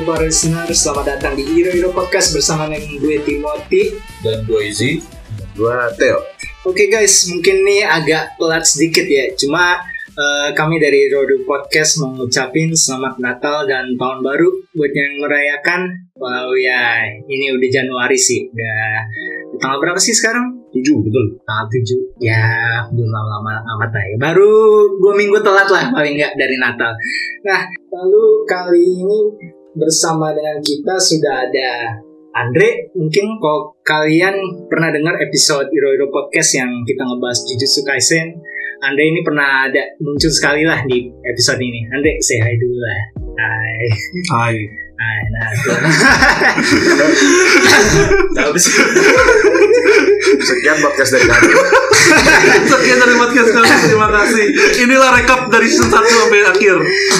para listener, selamat datang di Iro Podcast bersama dengan gue Timothy dan gue Izzy dan gue Theo. Oke guys, mungkin nih agak telat sedikit ya, cuma kami dari Iro Podcast mau ngucapin selamat Natal dan Tahun Baru buat yang merayakan. Wow ya, ini udah Januari sih, udah tanggal berapa sih sekarang? 7, betul. Tanggal 7. Ya, belum lama amat lah ya. Baru 2 minggu telat lah paling nggak dari Natal. Nah, lalu kali ini bersama dengan kita sudah ada Andre. Mungkin kalau kalian pernah dengar episode Iro Podcast yang kita ngebahas Jujutsu Kaisen, Andre ini pernah ada muncul sekali lah di episode ini. Andre, say hi dulu lah. Hai. Hai. Hai, nah. Tahu sih. Sekian podcast dari kami. Sekian dari podcast kami, terima kasih. Inilah rekap dari season 1 sampai akhir.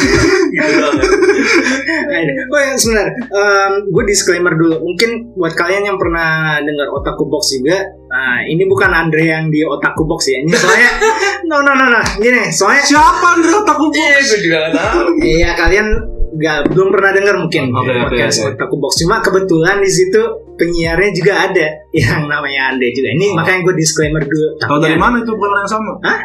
Oh ya, sebentar, gue disclaimer dulu. Mungkin buat kalian yang pernah dengar Otaku Box juga, ini bukan Andre yang di Otaku Box ya. Ini soalnya, no. Gini, soalnya Siapa Andre Otaku Box? Gue juga gak tahu. iya, kalian belum pernah dengar mungkin podcast Otaku Box. Cuma kebetulan di situ penyiarnya juga ada yang namanya Andre juga. Ini makanya gue disclaimer dulu. Tahu dari mana itu, bukan orang yang sama? Hah?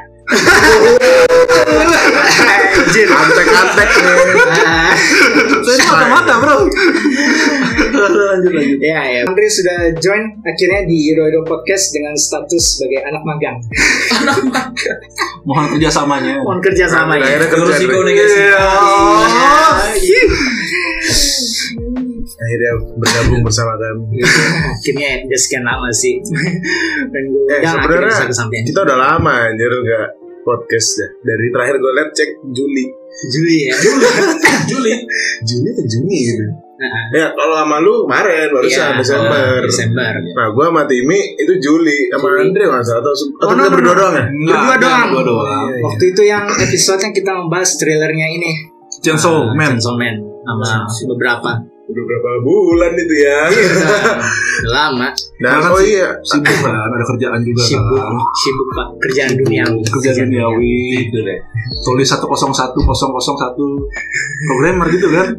Antek-antek nih. Saya mata-mata bro. Lanjut. Ya. Andre sudah join akhirnya di Iro Podcast dengan status sebagai anak magang. Mohon kerjasamanya. Mohon kerjasamanya. Akhirnya kerja nih. Akhirnya bergabung bersama kami. Akhirnya udah sekian lama sih. Dan gue sebenarnya kita udah lama anjir gak podcast ya. Dari terakhir gue liat cek Juli ya. Juli atau Juni gitu. Ya kalau sama lu kemarin barusan Desember. Nah gue sama Timi itu Juli sama Andre masalah atau kita berdua doang ya? Berdua doang. Iya. Waktu itu yang episode yang kita membahas trailernya ini Chainsaw Man sama beberapa bulan itu ya. Udah lama. Nah, sibuk kan, ada kerjaan juga sibuk Pak, kerjaan duniawi. Kerjaan duniawi. Tulis 101 programmer gitu kan?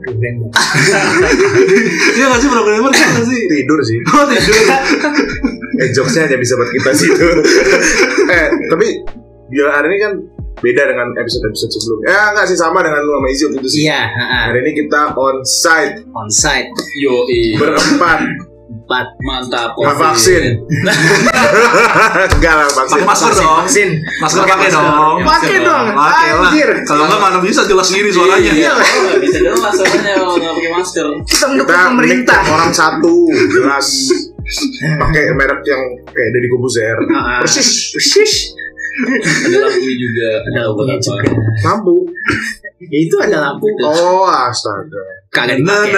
Iya nggak sih programmer kan sih? Tidur sih. Oh tidur. Jokesnya hanya bisa buat kita sih itu. Tapi dia hari ini kan beda dengan episode sebelumnya. Ya enggak sih, sama dengan lu sama Izzy gitu sih. Iya. Hari ini kita on site. Yoi. Berempat. Mantap. Vaksin. Enggak lah, vaksin. Masker dong. Masker pakai dong. Pakai dong. Anjir. Kalau enggak mana bisa jelas gini suaranya. Iya lah. Bisa jelas suaranya kalau enggak pakai masker. Kita mendukung pemerintah. Orang satu jelas pakai merek yang kayak Deddy Corbuzier. Persis. Ada lampunya juga. Lampu. Ya itu ada lampu. Oh, astaga. Kagak dipakai.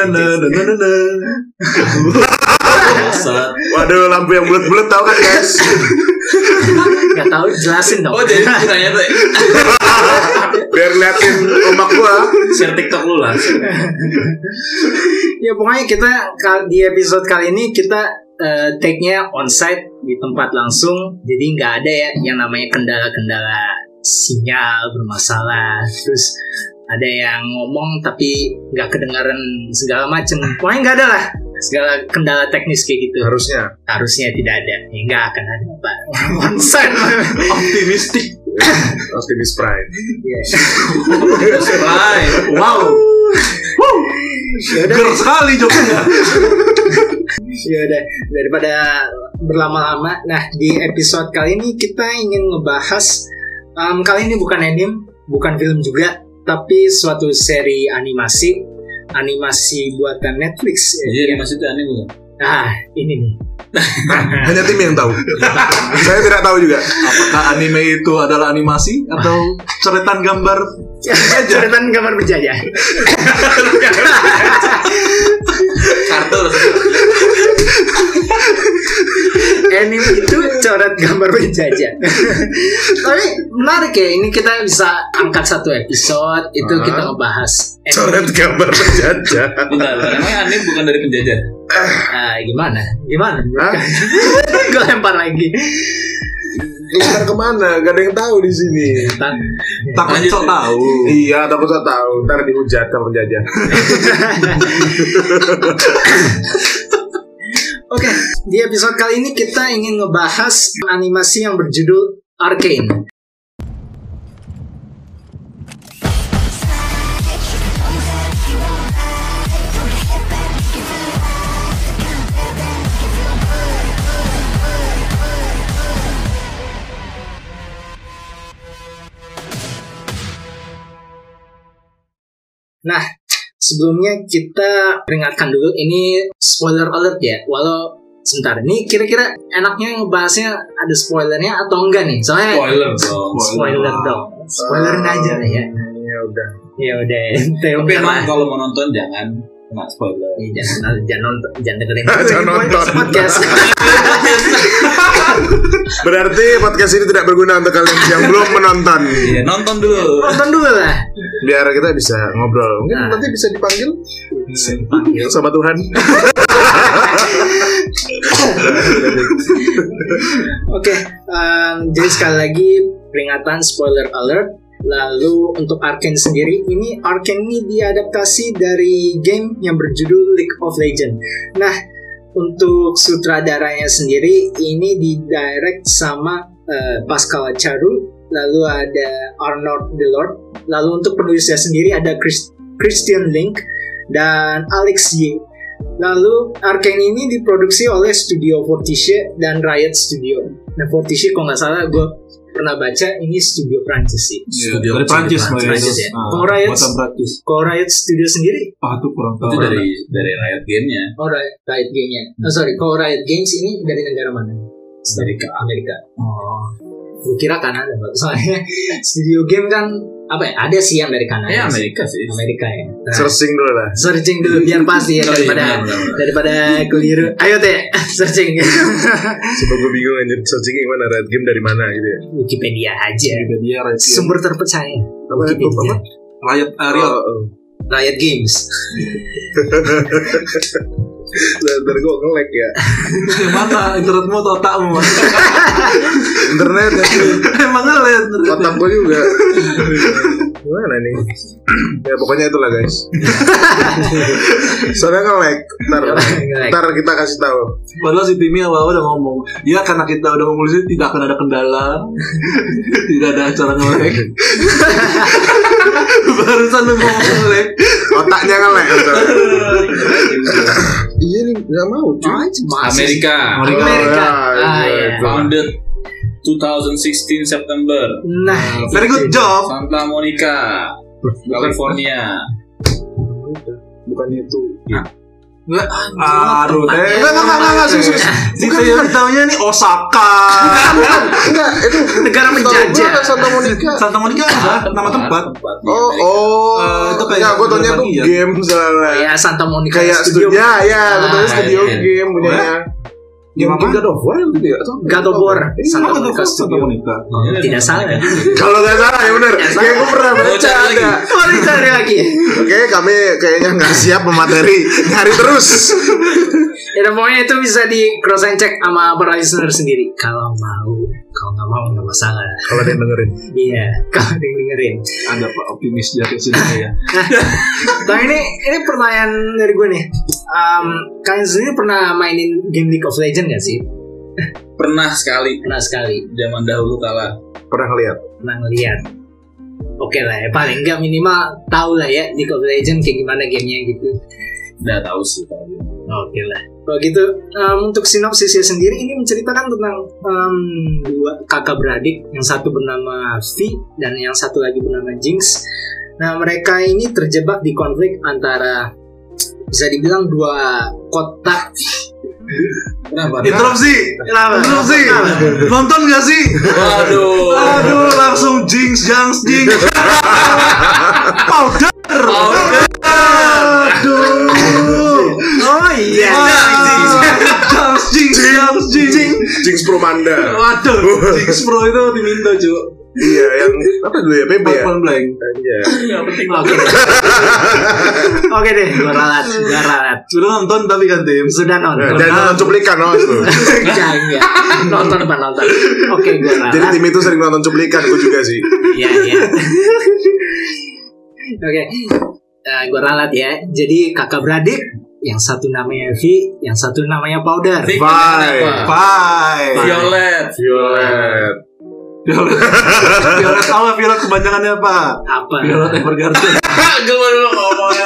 Waduh, lampu yang bulat-bulat tahu kan, guys? Gak tahu, jelasin dong. Oh, jadi gunanya tuh. Biar liatin omak gua. Share TikTok lu lah. Ya pokoknya kita di episode kali ini kita take-nya onsite di tempat langsung. Jadi nggak ada ya yang namanya kendala-kendala sinyal bermasalah. Terus ada yang ngomong tapi nggak kedengaran segala macam. Pokoknya nggak ada lah segala kendala teknis kayak gitu. Harusnya tidak ada. Ya nggak akan ada Pak. Onsite. Optimis Prime. Wow. Yaudah, ger sekali joknya. Yaudah, daripada berlama-lama. Nah, di episode kali ini kita ingin ngebahas kali ini bukan anime, bukan film juga, tapi suatu seri animasi buatan Netflix. Jadi animasi itu anime bukan? Nah, ini nih. Hanya tim yang tahu. Saya tidak tahu juga. Apakah anime itu adalah animasi atau coretan gambar? Coretan gambar berjaya. Kartun. Anime itu coret gambar berjaya. Tapi menarik ya, ini kita bisa angkat satu episode itu kita ngebahas coret gambar berjaya. Bentar, emang anime bukan dari penjajah? Gimana? Gue lempar lagi. Ntar kemana? Gak ada yang tahu di sini. Takut sok tahu. Iya, takut sok tahu. Ntar dihujat sama penjajah. Oke, di episode kali ini kita ingin ngebahas animasi yang berjudul Arcane. Nah, sebelumnya kita peringatkan dulu, ini spoiler alert ya. Walau sebentar, ini kira-kira enaknya ngebahasnya ada spoilernya atau enggak nih? Soalnya spoiler dong. Spoilerin aja lah ya. Ya udah. Tapi emang kalau mau nonton jangan kena spoiler. Jangan dengerin podcast. Berarti podcast ini tidak berguna untuk kalian yang belum menonton. Iya, nonton dulu lah. Biar kita bisa ngobrol. Mungkin nanti bisa dipanggil sama Tuhan. Oke, jadi sekali lagi peringatan spoiler alert. Lalu untuk Arcane sendiri, ini Arcane ini diadaptasi dari game yang berjudul League of Legends. Nah, untuk sutradaranya sendiri ini didirect sama Pascal Charu, lalu ada Arnold Delort. Lalu untuk penulisnya sendiri ada Christian Link dan Alex Ye. Lalu Arcane ini diproduksi oleh Studio Fortiche dan Riot Studio. Nah, Fortiche kalau nggak salah gue pernah baca ini studio Prancis sih. Studio dari Prancis ya. Kalau Riot Studio sendiri? Itu kurang tahu. Itu dari Riot Game-nya. Oh, Riot Game-nya. Kalau Riot Games ini dari negara mana? Dari Amerika. Oh. Gue kira Kanada, soalnya studio game kan apa ya? Ada sih yang dari Kanada. Ya Amerika sih. Amerika ya. Nah, searching dulu biar pasti ya daripada keliru. Ayo teh searching. Coba gue bingung anjir searching gimana Riot Game dari mana gitu ya. Wikipedia aja. Riot Sumber terpercaya. Riot Games. Ntar gue nge-lag ya. Mana internetmu atau otakmu? Internet emang nge-lag. Otak gue juga. Gimana nih? Ya pokoknya itulah guys. Soalnya nge-lag. Ntar kita kasih tahu. Padahal si Timi awal udah ngomong, ya karena kita udah ngomong di sini tidak akan ada kendala, tidak ada acara nge-lag. Barusan lu ngomong nge-lag, otaknya nge-lag. Iya nih, nggak mau. Amerika. Ya. Founded 2016 September. Nah, very good job. Santa Monica, California. Bukan itu. Enggak, susah. Kita tahunya nih Osaka. Enggak, itu negara menjajah. Santa Monica ada nama tempat. Itu kayak gue taunya tuh game misalnya. Ya Santa Monica kayak studio. Ya, betul studio game punyanya. Game God of War itu ya? God of War Santa Monica. Tidak salah. Kalau nggak salah ya benar. Kayak gue pernah baca ada. Mari cari lagi. Oke, kami kayaknya nggak siap memateri. Nyari terus. Ya pokoknya itu bisa di cross check sama para listener sendiri. Kalau nggak mau nggak masalah. Kalau ada yang dengerin. Iya, kalau ada yang dengerin. Ada Pak optimis jatuh sini ya. Nah ini pertanyaan dari gue nih. Kalian sendiri pernah mainin game League of Legends gak sih? Pernah sekali. Zaman dahulu kala. Pernah ngeliat. Oke lah ya, paling nggak minimal tahu lah ya League of Legends kayak gimana gamenya gitu. Udah tahu sih. Oke lah. Kalau gitu untuk sinopsisnya sendiri ini menceritakan tentang dua kakak beradik, yang satu bernama V dan yang satu lagi bernama Jinx. Nah mereka ini terjebak di konflik antara bisa dibilang dua kota. Interupsi. Nonton gak sih? Aduh, langsung Jinx. Powder. Aduh. Oh iya. Jinx. Jinx Pro Manda. Waduh, Jinx Pro itu tim Indo, Cuk. Iya, yang apa dulu ya? PB ya? Point Blank. Iya. Enggak penting Oke. Oke deh, gua ralat. Sudah nonton tapi kan tim. Sudah nonton. Jangan nonton cuplikan tuh. Enggak. Nonton. Oke, gua ralat. Jadi tim itu sering nonton cuplikan, gua juga sih. Iya. Oke. Gua ralat ya. Jadi kakak beradik, yang satu namanya V, yang satu namanya Powder. Violet. Violet apa? Violet kepanjangannya apa? Violet Evergarden. Gue baru ngomongnya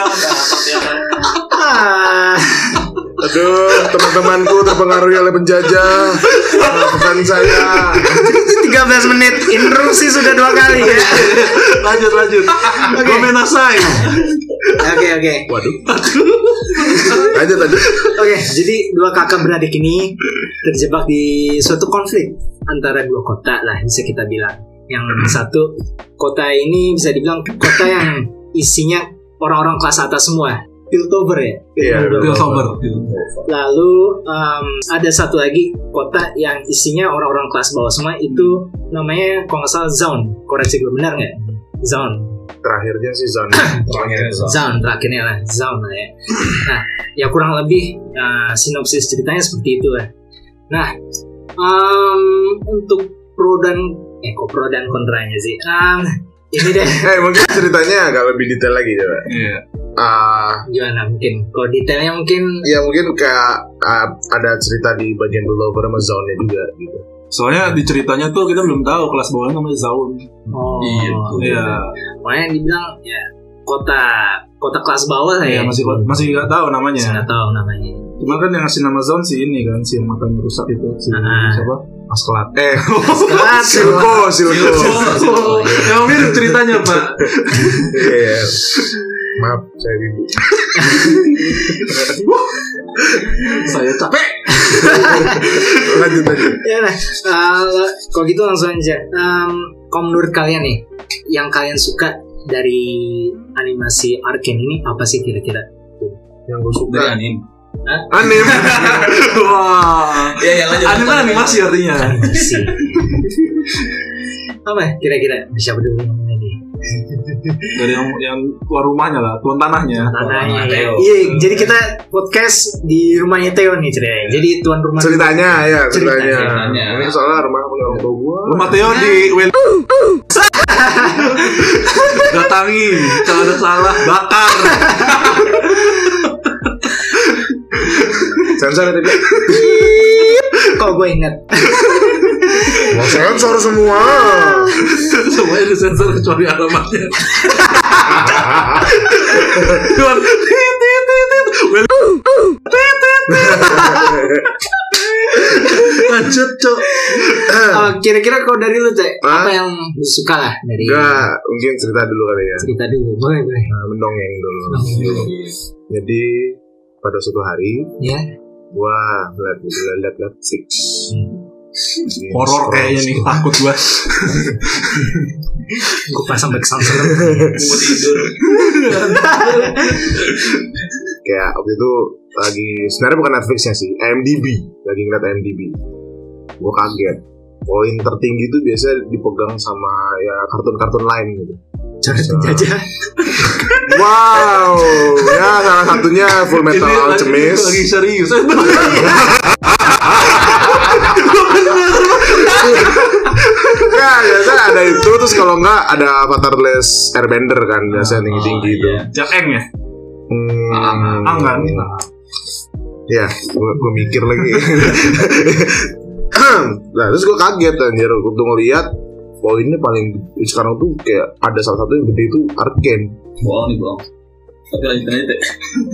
Aduh, teman-temanku terpengaruhi oleh penjajah. Bukan saya. 13 menit interupsi sudah 2 kali ya. Lanjut. Gomenasai. Oke. Waduh. Lanjut. Oke, jadi 2 kakak beradik ini terjebak di suatu konflik antara 2 kota lah, bisa kita bilang. Yang satu kota ini bisa dibilang kota yang isinya orang-orang kelas atas semua, Piltover ya. Iya, Piltover. Lalu ada satu lagi kota yang isinya orang-orang kelas bawah semua, itu namanya kalau nggak salah Zaun. Koreksi gue, benar nggak? Zaun. Terakhirnya sih Zan. Terakhirnya lah Zaun lah ya. Nah, ya kurang lebih sinopsis ceritanya seperti itu lah. Nah, untuk pro dan kontranya sih. Ini deh. Mungkin ceritanya agak lebih detail lagi coba. Iya. Gimana mungkin? Kalau detailnya mungkin. Ya mungkin kayak ada cerita di bagian Piltover sama Zaunnya juga gitu. Soalnya di ceritanya tuh kita belum tahu kelas bawahnya namanya Zaun. Oh. Iya. Makanya dibilang ya kota kelas bawah lah ya. Masih nggak tahu namanya. Masih nggak tahu namanya. Cuma kan yang ngasih nama Zaun si ini kan, si yang matanya rusak itu, si siapa? Askelat. Silko. Yang mirip ceritanya, Pak. Iya. Maaf, saya ibu. Saya capek. Lanjut. Ya nah, kalau gitu langsung aja. Kalau menurut kalian nih, yang kalian suka dari animasi Arcane ini apa sih kira-kira? Yang gue suka dari anime. Anime. Wah. Ya lanjut. Anime kan animasi artinya. Animasi. Apa kira-kira? Siapa dulu yang mana nih? Dari yang tuan rumahnya lah, tuan tanahnya. Tanahnya. Iya, jadi kita podcast di rumahnya Theo nih ceritanya. Jadi tuan rumah. Ceritanya. Ceritanya. Ini soalnya rumah orang tua gua. Rumah Theo di datangi, kalau ada salah bakar. Sensor tadi. Kok gue ingat. Sensor semua. Semuanya disensor kecuali alamatnya. Lanjut Cok. Kira-kira kau dari lu Cek, apa yang suka lah dari? Enggak, mungkin cerita dulu kali ya. Cerita dulu, boleh. Mendongeng dulu. Jadi pada suatu hari, ya, gua lihat Six. Horor kayaknya nih, takut gua. Gua pas sampai kesana Mau tidur. Kayak waktu itu lagi, sebenarnya bukan Netflixnya sih, IMDb, lagi ngeliat IMDb. Gua kaget, poin tertinggi itu biasa dipegang sama ya kartun-kartun lain gitu. Jajah. Wow, ya salah satunya Full Metal Alchemist. Lagi serius. Ya biasa ada itu, terus kalau enggak ada Avatarless Airbender kan, biasa tinggi-tinggi itu. Yang Eng ya? Kan? Ya, gue mikir lagi. Nah, terus gue kaget anjir, waktu ngeliat poinnya paling sekarang tuh kayak ada salah satu yang gede itu Arcane. Bohong. Tapi lanjutin aja deh.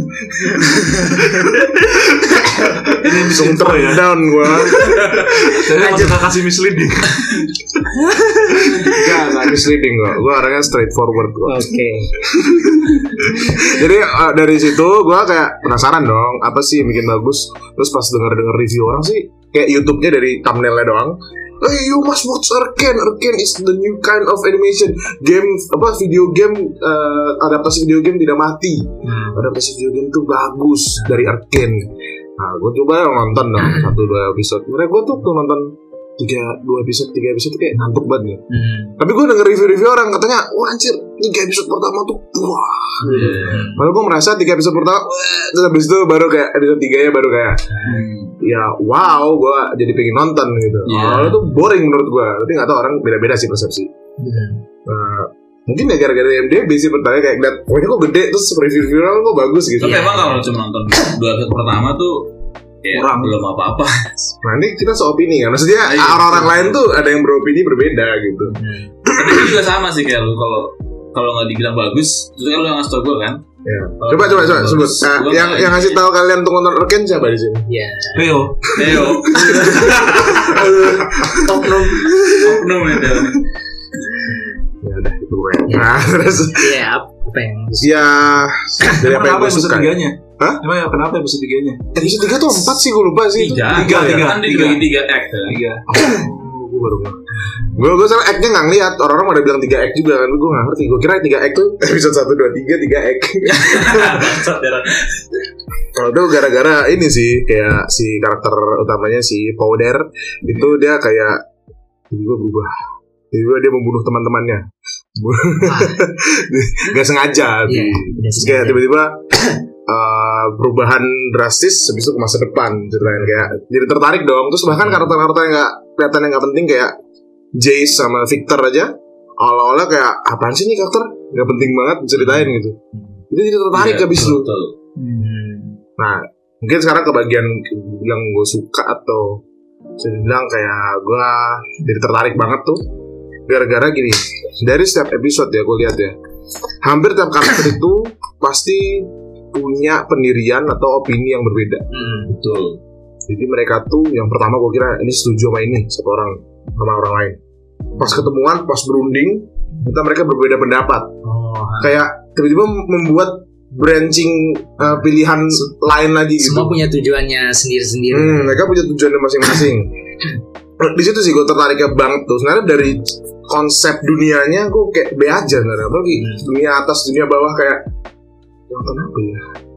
Ini bisa down gue. Saya masih gak kasih misleading. Gak misleading gue. Gue orangnya straightforward gue. Oke. Jadi dari situ gue kayak penasaran dong, apa sih yang bikin bagus. Terus pas denger review orang sih, kayak YouTube-nya dari thumbnailnya doang. Hey, you must watch Arcane. Arcane is the new kind of animation game, video game, adaptasi video game tidak mati. Adaptasi video game tuh bagus dari Arcane. Nah gue coba nonton dong 1-2 episode. Mereka gue tuh nonton 3 episode kayak ngantuk banget nih. Tapi gue denger review orang katanya, wah anjir 3 episode pertama tuh wah. Padahal gue merasa 3 episode pertama terus habis itu baru kayak episode 3 ya baru kayak ya wow, gue jadi pengen nonton gitu. Awalnya tuh boring menurut gue. Tapi gak tau orang beda-beda sih persepsi. Mungkin ya gara-gara IMDb sih pertanyaan kayak liat pokoknya kok gede terus review orang kok bagus gitu. Tapi emang kalau cuma nonton 2 episode pertama tuh ya, kurang, belum apa-apa. Nah ini kita seopini kan. Maksudnya orang-orang lain tuh ada yang beropini berbeda gitu. Tapi itu juga sama sih kayak lu kalau nggak dibilang bagus, itu kan lu yang ngasih tau gue kan. Ya. Coba sebut. Nah, yang ngasih tahu kalian untuk nonton Arkane siapa di sini? Ya. Theo. Oknum itu. Ya udah itu gue. Nah terus. Iya apa yang? Ya dari apa yang gue suka. Hah? Emang kenapa episode 3-nya? Episode 3 tuh 4 sih gue lupa sih. 3 kan dibagi 3 act. Gue baru gue salah act-nya gak ngeliat. Orang-orang pada bilang 3 act juga kan. Gue gak ngerti. Gue kira 3 act tuh episode 1, 2, 3 act. Kalau itu gara-gara ini sih kayak si karakter utamanya si Powder itu dia kayak tiba-tiba berubah. Tiba-tiba dia membunuh teman-temannya. Gak sengaja. Kayak tiba-tiba perubahan drastis habis itu ke masa depan ceritain kayak jadi tertarik dong. Terus bahkan karakter-karakter yang nggak kelihatan yang nggak penting kayak Jace sama Victor aja awal-awalnya kayak apaan sih nih karakter nggak penting banget ceritain gitu. Itu jadi tertarik habis itu. Nah mungkin sekarang ke bagian bilang gue suka atau saya bilang kayak gue jadi tertarik banget tuh gara-gara gini. Dari setiap episode ya gue lihat ya hampir tiap karakter itu pasti punya pendirian atau opini yang berbeda. Betul. Jadi mereka tuh yang pertama gue kira ini setuju sama ini satu orang sama orang lain. Pas ketemuan, pas berunding, ternyata mereka berbeda pendapat. Kayak tiba-tiba membuat branching pilihan lain lagi. Semua gitu. punya tujuannya sendiri-sendiri. Mereka punya tujuannya masing-masing. Di situ sih gue tertarik banget tuh. Sebenarnya dari konsep dunianya gue kayak B aja sebenarnya. Apalagi dunia atas, dunia bawah kayak kenapa ya?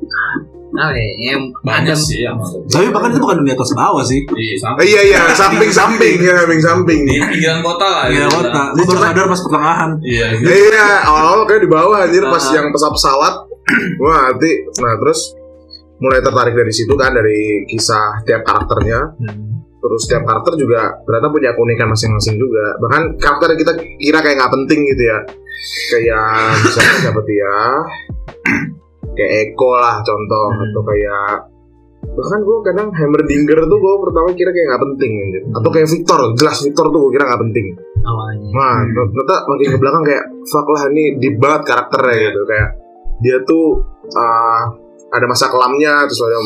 Yang banyak ada sih yang Tapi bahkan itu bukan dunia atas bawah sih. Iya, samping-samping ya, samping-samping. Di pinggiran kota lah. Iya kota. Lu baru sadar pas pertengahan. Iya, awal kayak di bawah anjir pas yang pesawat. Wah, nanti terus mulai tertarik dari situ kan dari kisah tiap karakternya. Terus tiap karakter juga ternyata punya keunikan masing-masing juga. Bahkan karakter yang kita kira kayak nggak penting gitu ya. Kayak misalnya siapa dia? Kayak Eko lah contoh atau kayak bahkan gue kadang Heimerdinger tuh gue pertama kira kayak nggak penting gitu. Atau kayak Victor, jelas Victor tuh gue kira nggak penting awalnya. Nah ternyata makin ke belakang kayak fuck lah ini deep banget karakternya gitu. Kayak dia tuh ada masa kelamnya, terus ada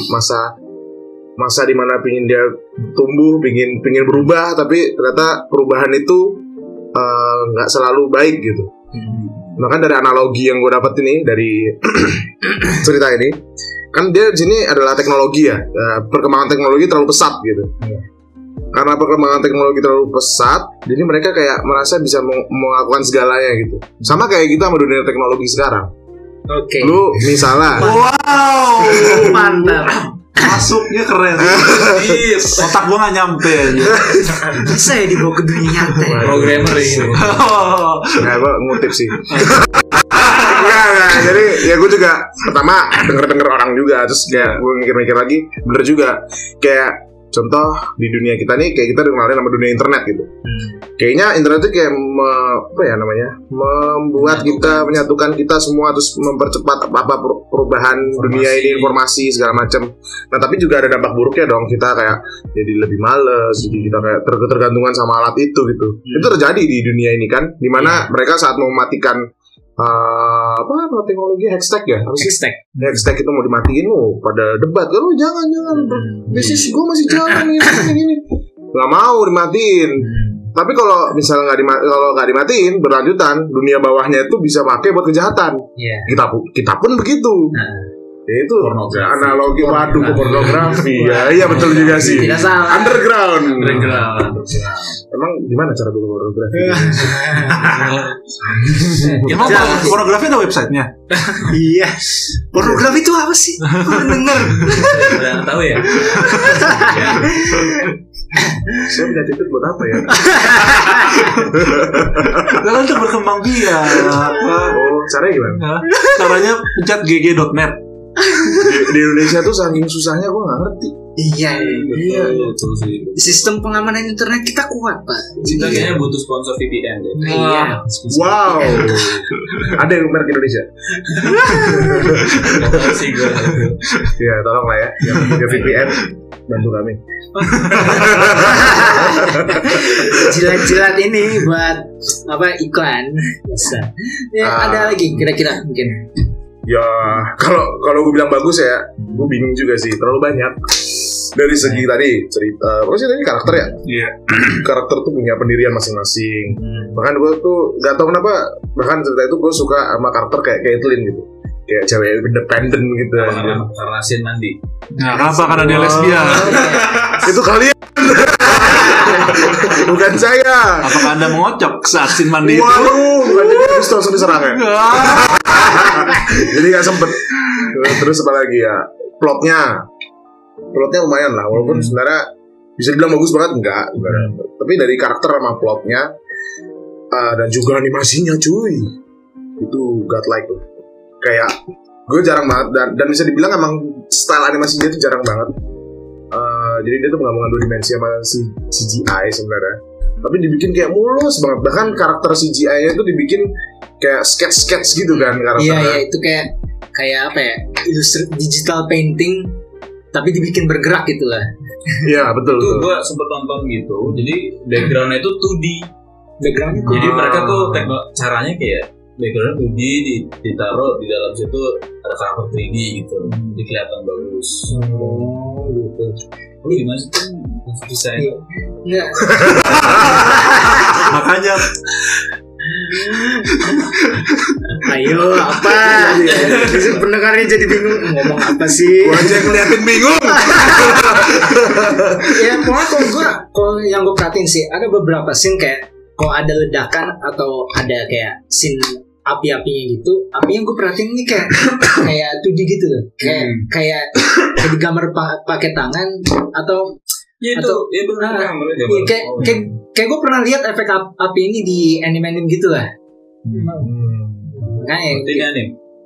masa dimana pingin dia tumbuh, pingin berubah, tapi ternyata perubahan itu nggak selalu baik gitu. Bahkan dari analogi yang gue dapet ini dari cerita ini, kan dia di sini adalah teknologi ya, perkembangan teknologi terlalu pesat gitu. Karena perkembangan teknologi terlalu pesat, jadi mereka kayak merasa bisa melakukan segalanya gitu. Sama kayak gitu sama dunia teknologi sekarang. Oke. Lu misalnya, Wow, mantap. masuknya keren. Otak gua nggak nyampe aja. Saya dibawa ke dunia nyata. Programmer ini. nggak gue ngutip sih. Nggak. Jadi ya gue juga pertama denger orang juga, terus kayak gue mikir-mikir lagi, bener juga kayak contoh di dunia kita nih kayak kita dikenalin sama dunia internet gitu. Kayaknya internet itu kayak membuat kita menyatukan kita semua terus mempercepat perubahan dunia ini, informasi segala macam. Nah tapi juga ada dampak buruknya dong, kita kayak jadi lebih males, jadi kita kayak tergantungan sama alat itu gitu. Itu terjadi di dunia ini kan, dimana mereka saat mau mematikan teknologi hashtag ya, hashtag itu mau dimatiin pada debat kan, jangan bisnis gue masih jalan ini nggak mau dimatiin. Tapi kalau misalnya nggak dimatiin berlanjutan, dunia bawahnya itu bisa pakai buat kejahatan. Kita pun begitu. Ya itu Pornografi. analogi waduh ke pornografi. Iya betul juga sih. Tidak salah. Underground. Emang Emang gimana cara buka pornografi? Emang pornografi ada websitenya? Iya. Pornografi itu apa sih? Aku denger. udah tahu ya. Saya punya titik buat apa ya? Kalau untuk berkembang biak. Oh, caranya gimana? Caranya pencet gg.net. Di Indonesia tuh saking susahnya gue nggak ngerti. Iya. Betul sih. Sistem pengamanan internet kita kuat, Pak. Kita kayaknya butuh sponsor VPN deh. Iya. Wow. Ada yang merek Indonesia? Nggak tahu sih gue. Ya tolong lah ya. Yang punya VPN bantu kami. Jilat-jilat ini buat apa iklan. Bisa. Ya, ada lagi kira-kira mungkin. Ya kalau gue bilang bagus ya, gue bingung juga sih. Terlalu banyak. Dari segi tadi cerita, apa sih tadi karakter ya? Iya. Karakter tuh punya pendirian masing-masing. Bahkan gue tuh gak tau kenapa, bahkan cerita itu gue suka sama karakter kayak Caitlyn gitu, kayak cewek independen gitu. Karena Sin mandi. Nah, kenapa? Karena dia lesbian. Itu kalian. Bukan saya. Apakah Anda mengocok saat Sin mandi itu? Waduh, bukan jadi habis itu langsung diserang ya. Jadi gak sempet. Terus apa lagi ya? Plotnya lumayan lah, walaupun sebenarnya bisa dibilang bagus banget enggak. Tapi dari karakter sama plotnya dan juga animasinya cuy, itu godlike loh. Kayak gue jarang banget dan bisa dibilang emang style animasinya itu jarang banget. Jadi dia tuh nggak mengandung dimensi sama CGI sebenarnya, tapi dibikin kayak mulus banget. Bahkan karakter CGI-nya itu dibikin kayak sketch gitu kan karakternya. Iya, itu kayak apa ya? Digital painting tapi dibikin bergerak gitu lah. Iya betul. Tuh gue sempet nonton gitu. Jadi backgroundnya itu 2D. Backgroundnya Jadi mereka tuh caranya kayak backgroundnya 2D ditaruh di dalam situ ada karakter 3D gitu. Jadi kelihatan bagus. Oh gitu. Oh gimana sih tuh desain? Enggak. Makanya Ayo apa? Pendengarnya jadi bingung ngomong apa sih? Gue aja yang ngeliatin bingung. Ya pokoknya kalau yang gue perhatiin sih ada beberapa scene kayak kalau ada ledakan atau ada kayak scene api-apinya gitu, api yang gue perhatiin ini kayak 2D gitu loh, kayak digambar pakai tangan atau Ya itu, atau, ya benar. kayak gue pernah lihat efek api ini di anime gitu lah. Kayak Ini nih.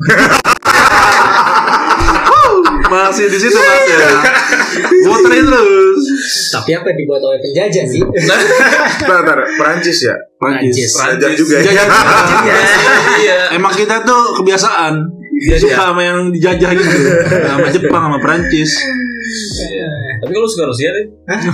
masih di situ Mas ya. Muterin terus. tapi apa dibuat oleh penjajah sih? Bentar, Perancis ya? Prancis. Jajah juga ya. Iya. Emang kita tuh kebiasaan suka sama yang dijajah gitu, sama Jepang sama Prancis. Iya. Tapi kalau suka Rusia deh.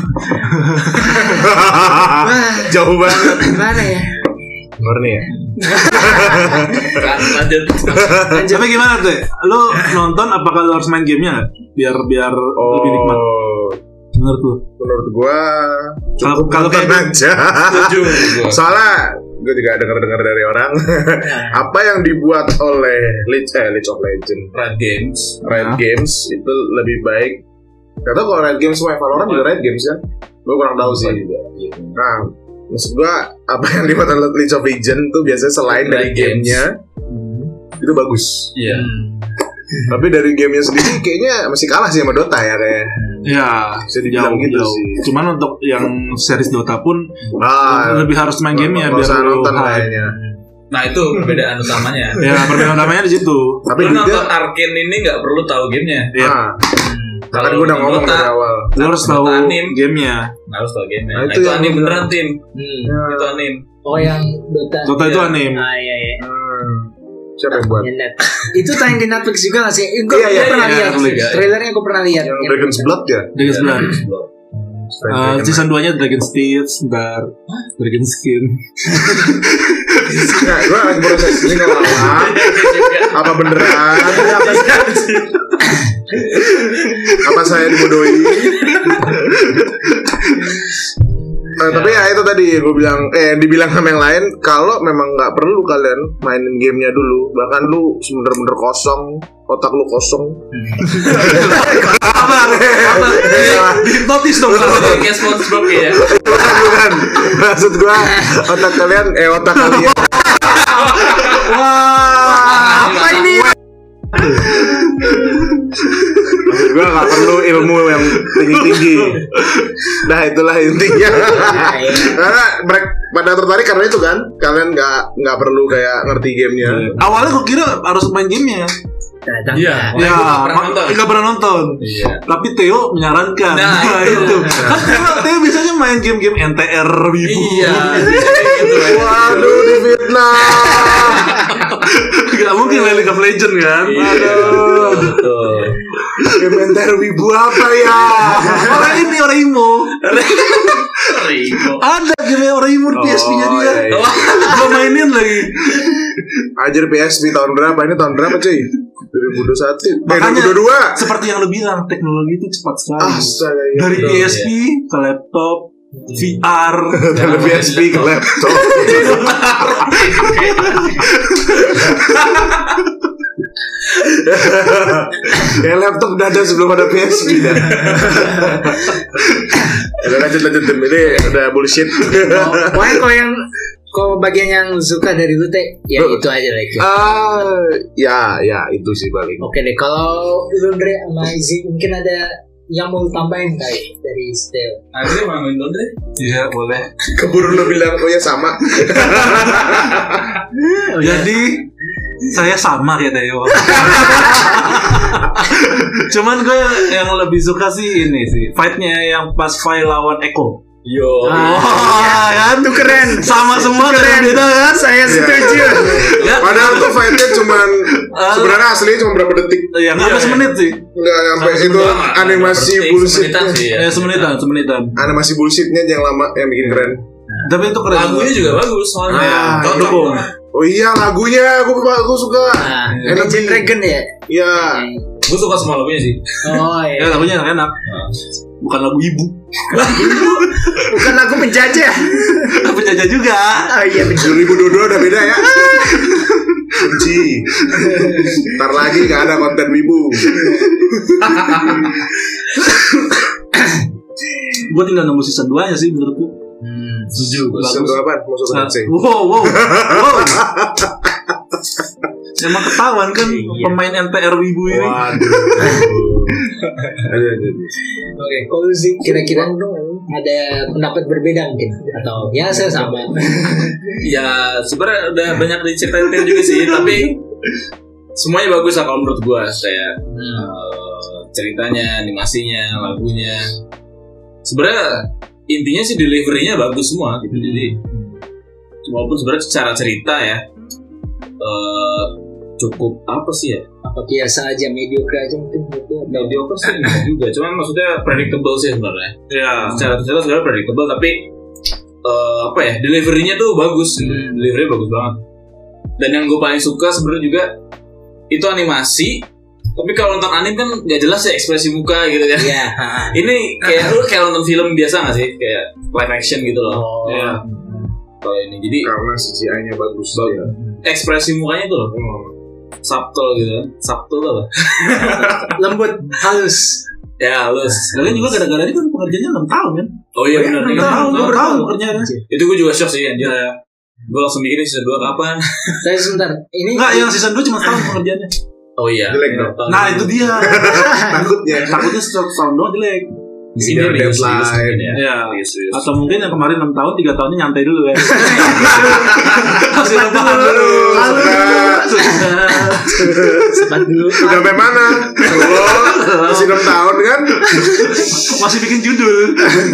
Jauh banget. Gimana ya? Murni ya? Lanjut. Tapi gimana tuh? Lu nonton apakah lu harus main gamenya nggak? Biar lebih nikmat. Menurut gua cukup kalau nonton aja. Setuju. Soalnya gue juga dengar dari orang apa yang dibuat oleh League of Legends, Riot Games itu lebih baik. Gak tau kalau Riot Games sama Valorant juga Riot Games kan? Gue kurang tahu sih. Nah, maksud gue apa yang dibuat oleh League of Legends tuh biasanya selain dari gamenya itu bagus. Iya. Tapi dari gamenya sendiri kayaknya masih kalah sih sama Dota ya kayak. Ya, bisa dibilang gitu sih. Cuman untuk yang series Dota pun lebih harus main gamenya biar nonton kayaknya. Nah itu perbedaan utamanya. Ya perbedaan utamanya di situ. Tapi lu nonton Arcane ini nggak perlu tahu gamenya. Iya. Karena gue udah ngomong dari awal. Lu harus tahu gamenya. Harus tahu gamenya. Nah, Nah, itu anime beneran tim. Itu anime. Oh yang Dota. Dota itu anime. Ah iya. Siapa yang buat? Itu tayang di Netflix juga nggak sih? Gue pernah lihat. Trailernya gue pernah lihat. Yang Dragon's Blood ya? Dragon's Blood. Season 2-nya Dragon Steeds, ntar Dragon Skin. Nah, gue lagi proses ini nggak lama. Apa beneran? Apa saya dibodohi? Tapi ya itu itu tadi gue bilang, dibilang sama yang lain, kalau memang nggak perlu kalian mainin gamenya dulu, bahkan lu bener-bener kosong, otak lu kosong. Dihipnotis dong. Kayak SpongeBob ya. Bukan, maksud gue otak kalian. Wah, apa ini? Maksud gue gak perlu ilmu yang tinggi-tinggi. Nah itulah intinya. Karena mereka pada tertarik karena itu kan, kalian gak perlu kayak ngerti gamenya. Awalnya gue kira harus main gamenya. Iya. Ya, nggak pernah nonton. Iya. Tapi Theo menyarankan. Nah, itu. Kan Theo biasanya main game-game NTR Wibu. Iya. Gitu. Waduh, difitnah. Gak mungkin main League of Legends kan? Aduh. Betul. Komentar wibu apa ya? Orang Imo. Riko. Ada game orang Imo di PSP-nya dia. Iya. Gue mainin lagi. Ajar PSP tahun berapa? Ini tahun berapa cuy? 2021. Makanya 2022. seperti yang lo bilang, teknologi itu cepat sekali. Astaga, ya. Dari betul, PSP ke laptop, VR, Dari PSP ke laptop. Ya laptop udah ada sebelum ada PSP dah. Udah lanjut ini udah bullshit. Pokoknya kalau bagian yang suka dari lu teh, ya itu aja lagi. Ya itu sih paling. Oke deh, kalau lu Andre sama Izzy mungkin ada yang mau tambahin kali dari Steel. Akhirnya main Dondre. iya boleh. Keburu lo bilang oh ya sama. Jadi saya sama kayak Theo. Cuman gue yang lebih suka sih ini sih, fightnya yang pas fight lawan Eko. Yo. Kan Itu keren. sama semua Keren. beda kan? Saya setuju. Ya, Padahal tuh fightnya cuman sebenarnya aslinya cuma berapa detik. ya nggak Iya, pas menit sih. Nggak sampai itu animasi bullshitnya. Ya semenitan. Animasi bullshitnya yang lama yang bikin keren. Tapi itu keren. Lagunya juga bagus soalnya. Ah, dukung. Oh iya lagunya aku suka. Nah, Enak Imagine sih. Dragon ya. Iya. Gue suka semua lagunya sih. Oh Ya iya. lagunya enak. Bukan lagu ibu. Bukan lagu penjajah. Penjajah juga. Oh iya benar. 2022 udah beda ya. Benci. Ntar lagi gak ada konten wibu. Gue tinggal nunggu season 2 nya sih menurutku. Setuju. Season 2 apa? Mau suka sih. Wow. Emang ketahuan kan pemain NTR Wibu ini. Waduh. Aduh. Oke, kalau sih kira-kira ada pendapat berbeda mungkin atau ya saya sama. Ya sebenarnya udah banyak diceritain juga sih, tapi semuanya bagus lah kalau menurut gue. Kayak ceritanya, animasinya, lagunya. Sebenarnya intinya sih deliverynya bagus semua gitu. Jadi walaupun sebenarnya secara cerita ya cukup apa sih ya? Apa biasa aja, mediocre aja mungkin gitu. Mediocre sih enggak juga, cuman maksudnya predictable sih sebenarnya. Ya. Secara cerita sebenarnya predictable, tapi apa ya, deliverynya tuh bagus. Delivery bagus banget. Dan yang gue paling suka sebenarnya juga itu animasi. Tapi kalau nonton anime kan nggak jelas ya ekspresi muka gitu ya. Iya. Ini kayak lu kayak nonton film biasa nggak sih? Kayak live action gitu loh. Oh. Ya. Kalau ini jadi Karena CGI-nya bagus. Ya. ekspresi mukanya tuh loh subtle gitu kan. Subtle apa? Lembut, halus. Ya halus. Kalian juga gara-gara ini kan pekerjaannya 6 tahun kan? Oh iya benar. 6 tahun, Baru 6 tahun tahu. pekerjaannya. Itu gue juga shock sih anjir. Gue langsung mikirin season 2 kapan. Tapi sebentar, ini Enggak, yang season 2 cuma setahun pekerjaannya. Oh iya. Jelek dong. Nah, itu dia. Takutnya. Takutnya setahun doang jelek. Di sini Tidak serius deadline. mungkin ya. Ya. Serius. Atau mungkin yang kemarin 6 tahun, 3 tahunnya nyantai dulu ya. Masih rebahan dulu. sempat dulu. Udah sampai mana? Masih 6 tahun kan? Masih bikin judul.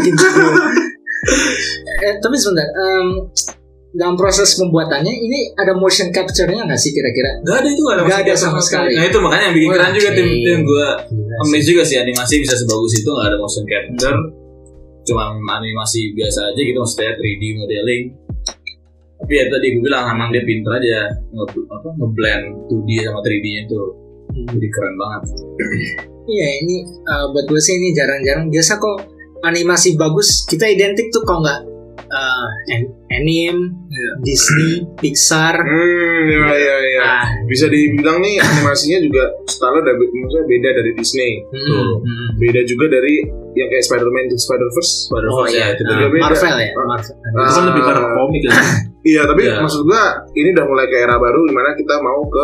Tapi sebentar, dalam proses pembuatannya ini ada motion capture-nya nggak sih kira-kira? Gak ada itu Nggak ada sama sekali. Nah itu makanya yang bikin keren juga Oke. tim gue Gila amazed juga sih, animasi bisa sebagus itu, nggak ada motion capture, cuman animasi biasa aja gitu, maksudnya 3D modeling. Tapi ya tadi gue bilang emang dia pinter aja ngeblend 2D sama 3D-nya itu, jadi keren banget. Iya ini buat gue sih ini jarang-jarang. Biasa kok animasi bagus kita identik tuh kalau nggak anime, Disney, Pixar. Iya. Nah, Bisa dibilang nih animasinya juga style maksudnya beda dari Disney. Beda juga dari yang kayak Spider-Man to Spider-Verse. Ya, itu juga beda. Marvel ya, Marvel. Itu kan lebih karena komik ya. Iya, tapi Iya. maksud gua ini udah mulai ke era baru dimana kita mau ke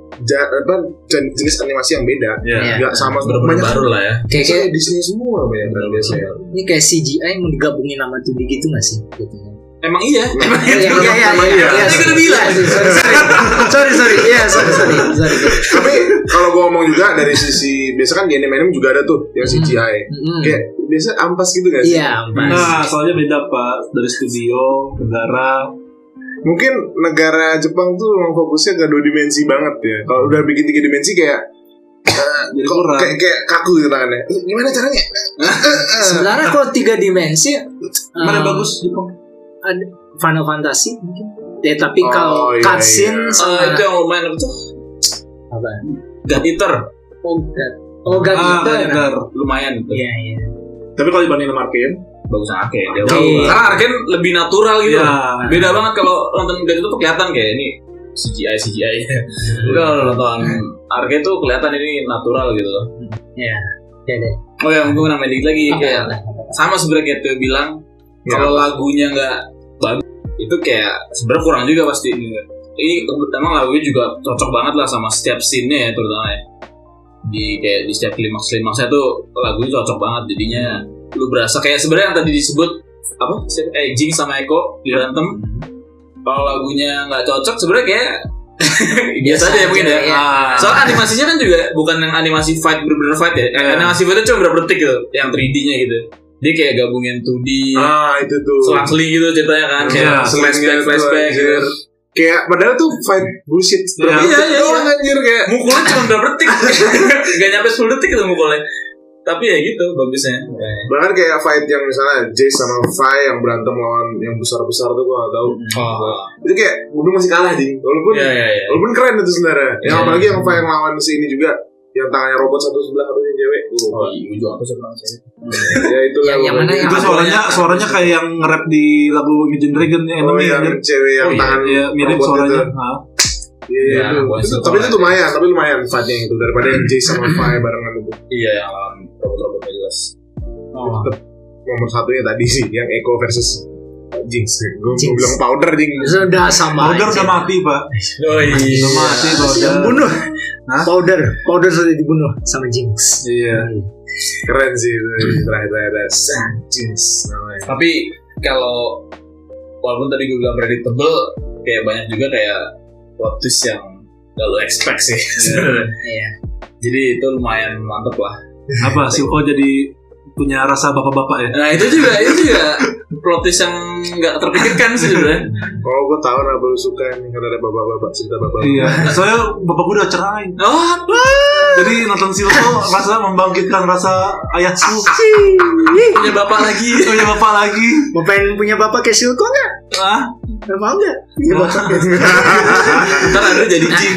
jenis animasi yang beda. Iya. Nggak sama bener-bener banyak baru lah ya. kayak Kayak Disney semua banyak kan biasanya. ini kayak CGI mau digabungin sama 2D gitu nggak sih? Emang iya. Iya. Tadi gue udah bilang. Sorry. Iya, sorry. Tapi kalau gua ngomong juga dari sisi biasa kan di anime juga ada tuh yang CGI. Kayak biasa ampas gitu kan? Iya, Mas. Nah, soalnya beda Pak dari studio, negara. Mungkin negara Jepang tuh memang fokusnya ke 2 dimensi banget ya. Kalau udah bikin 3 dimensi kayak Jadi kurang. kayak kaku gitu tangannya. Gimana caranya? Sebenarnya kalau 3 dimensi Mana bagus Jepang? ada Final Fantasy mungkin. Ya, tapi Oh, kalau iya, cutscene iya. sama Itu yang lumayan apa tuh? apa? God Eater. God Eater. Benar. Lumayan itu. Iya. Tapi kalau dibanding sama Arkane, Bagus Arkane. Oke. Karena Arkane lebih natural gitu. Iya. Beda banget kalau nonton God Eater tuh kelihatan kayak ini CGI. Kalau nonton Arkane tuh kelihatan ini natural gitu loh. Iya. Oke deh. Oh ya, mungkin nambahin dikit lagi kayak sama sebenarnya kayak Teo bilang kalau lagunya nggak bagus itu kayak sebenarnya kurang juga pasti. Ini emang lagunya juga cocok banget lah sama setiap scene-nya ya terutama ya. Di setiap klimaks-klimaksnya tuh lagunya cocok banget jadinya lu berasa kayak sebenarnya yang tadi disebut apa? Jinx sama Echo berantem. Kalau lagunya nggak cocok sebenarnya kayak biasa aja ya mungkin ya. Soal animasinya kan juga bukan yang animasi fight bener-bener fight ya. Animasi fightnya cuma berapa detik gitu, yang 3D-nya gitu. Dia kayak gabungin 2D, Itu tuh. selang-seling gitu ceritanya kan, kayak flashback gitu. Kayak padahal tuh fight bullshit. Iya. Doang anjir kayak Mukulnya cuma berapa detik, gak nyampe 10 detik itu mukulnya. Tapi ya gitu bagusnya. bahkan kayak fight yang misalnya Jace sama Vi yang berantem lawan yang besar-besar tuh gua gak tahu. Itu kayak gue masih kalah ding. Walaupun keren itu sebenarnya. Yang apalagi yang Vi yang lawan si ini juga yang tangannya robot satu sebelah satunya cewek. Iya juga aku sebelah saya. Ya itu lah. Yang mana Itu suaranya kayak yang nge-rap di lagu Imagine Dragon ya, Oh, Enemy yang ya. cewek yang tangan Iya, mirip robot suaranya. itu. Nah. Iya, tapi itu lumayan fightnya itu daripada yang Jace sama Vi barengan itu. Iya yang lawan robot-robotnya jelas. Tetep nomor satunya tadi sih yang Echo versus Jinx. Gue Jinx. bilang powder Jinx. Sudah sama. Powder udah mati Pak. Udah mati Powder. Yang bunuh. Hah? Powder sudah dibunuh sama Jinx. Iya. Keren sih itu terakhir Jinx namanya. Tapi kalau walaupun tadi gue bilang predictable, kayak banyak juga kayak plot twist yang gak lo expect sih. Iya. Jadi itu lumayan mantep lah. Apa Silko jadi punya rasa bapak-bapak ya? Nah itu juga plot twist yang gak terpikirkan sih sebenarnya. Oh, gue tahu kenapa lu suka nih karena ada bapak-bapak cerita bapak. Iya. Soalnya bapak gue udah cerai. Oh, Jadi nonton Silko rasa membangkitkan rasa ayahku. punya bapak lagi. Punya bapak lagi. Mau pengen punya bapak kayak Silko nggak? Ah, Mau nggak? Punya bapak kayak Silko. Ntar ada jadi Jing.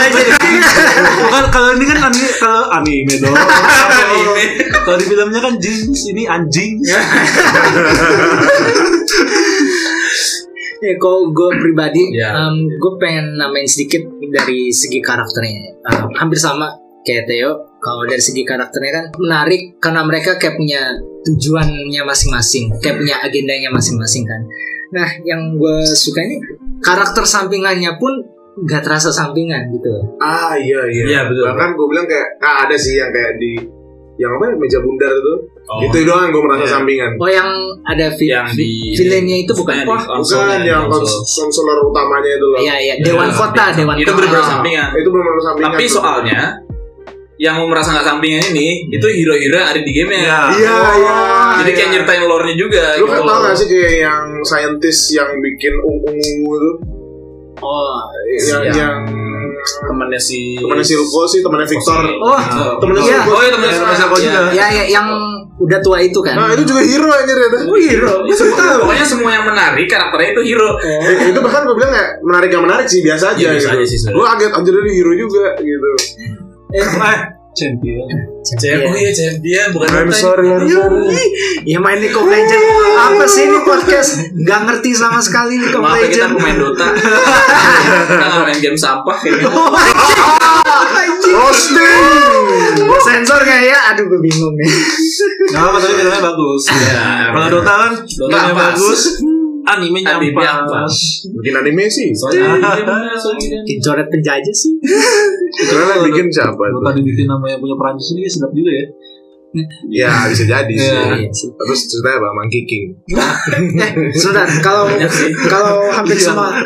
bukan kalau ini kan kalau anime dong. Kalau di filmnya kan Jinx, ini anjing. Ya, kalau gue pribadi, Ya. gue pengen namain sedikit dari segi karakternya. Hampir sama kayak Theo. Kalau dari segi karakternya kan menarik karena mereka kayak punya tujuannya masing-masing, kayak punya agendanya masing-masing kan. Nah, yang gue suka ini karakter sampingannya pun gak terasa sampingan gitu. Iya. Iya, betul. Bahkan gue bilang kayak ada sih yang kayak di yang apa ya, meja bundar itu. Oh. Itu doang yang gue merasa sampingan. Oh, yang ada Yang di villainnya itu bukan? Di konsolnya, Bukan yang di konsol. konselor utamanya itu loh. Iya, Dewan Kota, Dewan Itu Kota. bener-bener sampingan. Itu benar-benar sampingan. Tapi tuh. soalnya yang mau merasa nggak sampingan ini itu hero-hero yang ada di gamenya. Iya. Jadi kayak nyeritain lore-nya juga. Lu kan gitu. tau gak sih kayak yang scientist yang bikin ungu itu? Oh, Yang temannya si Silko sih, temannya Victor. Oh, Temennya iya. Silko. Oh iya temannya Silko juga. Ya, yang udah tua itu kan. Nah, itu juga hero aja ya. hero. Pokoknya semua yang menarik karakternya itu hero. Itu bahkan gue bilang gak menarik sih biasa aja Iya, biasa gitu. aja sih sebenarnya. Gue kaget anjir ini hero juga gitu. Champion. Oh iya champion bukan I'm Dota. sorry. Ya main League of Legends. Apa sih ini podcast? Gak ngerti sama sekali League of Maaf ya, kita Legends. pemain Dota. Kita nggak main game sampah kayak gitu. Roasting. Sensor gak ya? Aduh gue bingung nih. Nggak apa tapi filmnya bagus. Ya, Kalau Dota kan Dota filmnya pas. bagus, animenya Animenya pas. Bikin anime sih. Soalnya soalnya Coret penjajah sih. Keren yang bikin siapa Dota tuh? dibikin nama yang punya Perancis ini sedap juga ya. Ya bisa jadi sih. Iya. Terus ceritanya apa? Monkey King. Sebentar, kalau hampir semua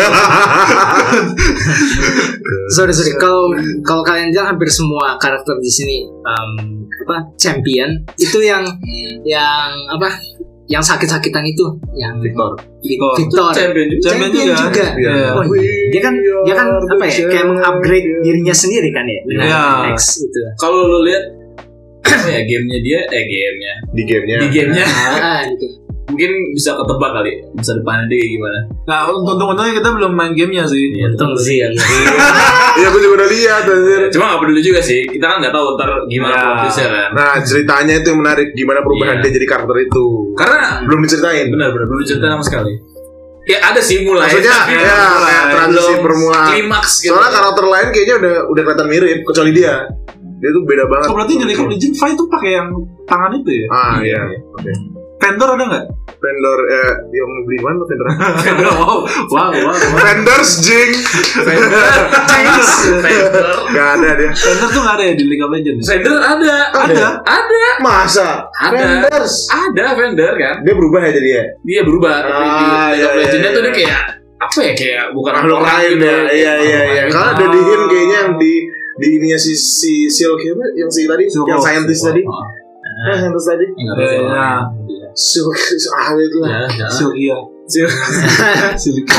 sorry kalau kalian bilang hampir semua karakter di sini champion itu yang apa yang sakit-sakitan itu yang Victor. Victor champion juga. Champion juga. Iya. Oh, dia kan apa ya kayak mengupgrade dirinya sendiri kan ya dengan Iya. X itu. Kalau lu lihat apa ya gamenya dia Di gamenya. Gitu. mungkin bisa ketebak kali masa depannya dia gimana. Nah, untung-untungnya kita belum main gamenya sih. Untung sih ya. Iya gue juga udah lihat anjir. Cuma nggak peduli juga sih, kita kan nggak tahu ntar gimana Ya. prosesnya kan. Nah ceritanya itu yang menarik. Gimana perubahan Iya. dia jadi karakter itu. Karena Belum diceritain. benar belum cerita sama sekali. Ya ada sih mulai. Maksudnya tapi ya kayak transisi belum permulaan. klimaks gitu. Soalnya karakter lain kayaknya udah kelihatan mirip kecuali dia. Dia tuh beda banget. Oh, berarti di League of Legends Fight tuh pakai yang tangan itu ya? Ah iya. Oke. Vendor ada nggak? Vendor yang beli mana vendor? wow. Vendors jing. Vendor. Gak ada dia. Vendor tuh nggak ada ya di League of Legends. Vendor ada. Masa? Ada. Vendors. Ada vendor kan. Dia berubah ya jadi ya. Dia berubah tapi di League of iya, Legends-nya iya, tuh dia iya. kayak apa ya kayak bukan Makhluk orang lain gitu. ya. Iya. Karena ada di hint kayaknya yang di ininya si Silk yang si tadi Silk yang Road. scientist tadi. Scientist tadi. Enggak tahu sih. Iya. Silk itu lah. Ya. Sylvia. Silika.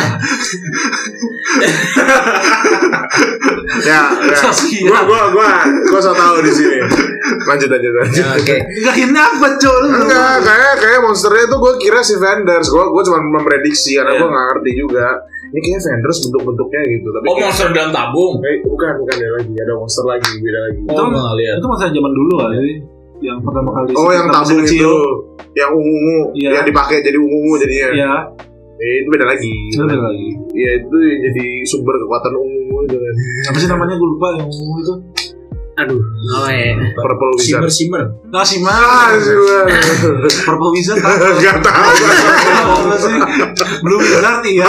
Ya. Saskia. Gua so tahu di sini. Lanjut. Oke. Enggak ini apa, Col? Enggak, kayak monsternya itu gue kira si Vendors. Gue cuma memprediksi karena gue nggak ngerti juga. Ini kayaknya Vendors bentuknya gitu. Tapi Oh monster dalam tabung. bukan dia lagi. Ada monster lagi, beda lagi. Oh nggak lihat. Itu masa zaman dulu kali. Yang pertama kali. Oh, yang kita tabung masih itu, kecil. yang ungu, Iya. yang dipakai jadi ungu jadinya. Iya. Itu beda lagi. Itu beda lagi. Iya itu yang jadi sumber kekuatan ungu itu kan. Apa sih namanya, gue lupa yang itu. Aduh. Oh ya. Purple Wizard. Shimmer. Nah, si Ah, Mar. sih gua. Purple Wizard. Gak tahu. Apa sih? Belum Wizard ya.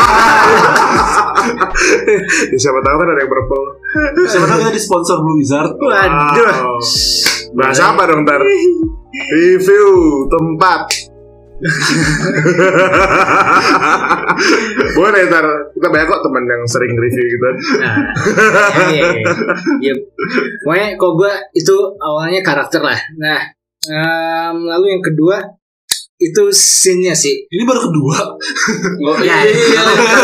Ya, siapa tahu kan ada yang purple. Siapa tahu kita disponsor Blue Wizard. Waduh. Wow. Bahas apa dong ntar? Review tempat. Boleh ntar kita banyak kok teman yang sering review gitu. Nah, iya. Pokoknya kalau gue itu awalnya karakter lah. Nah, lalu yang kedua itu scene-nya sih. Ini baru kedua. Oh Ya. iya.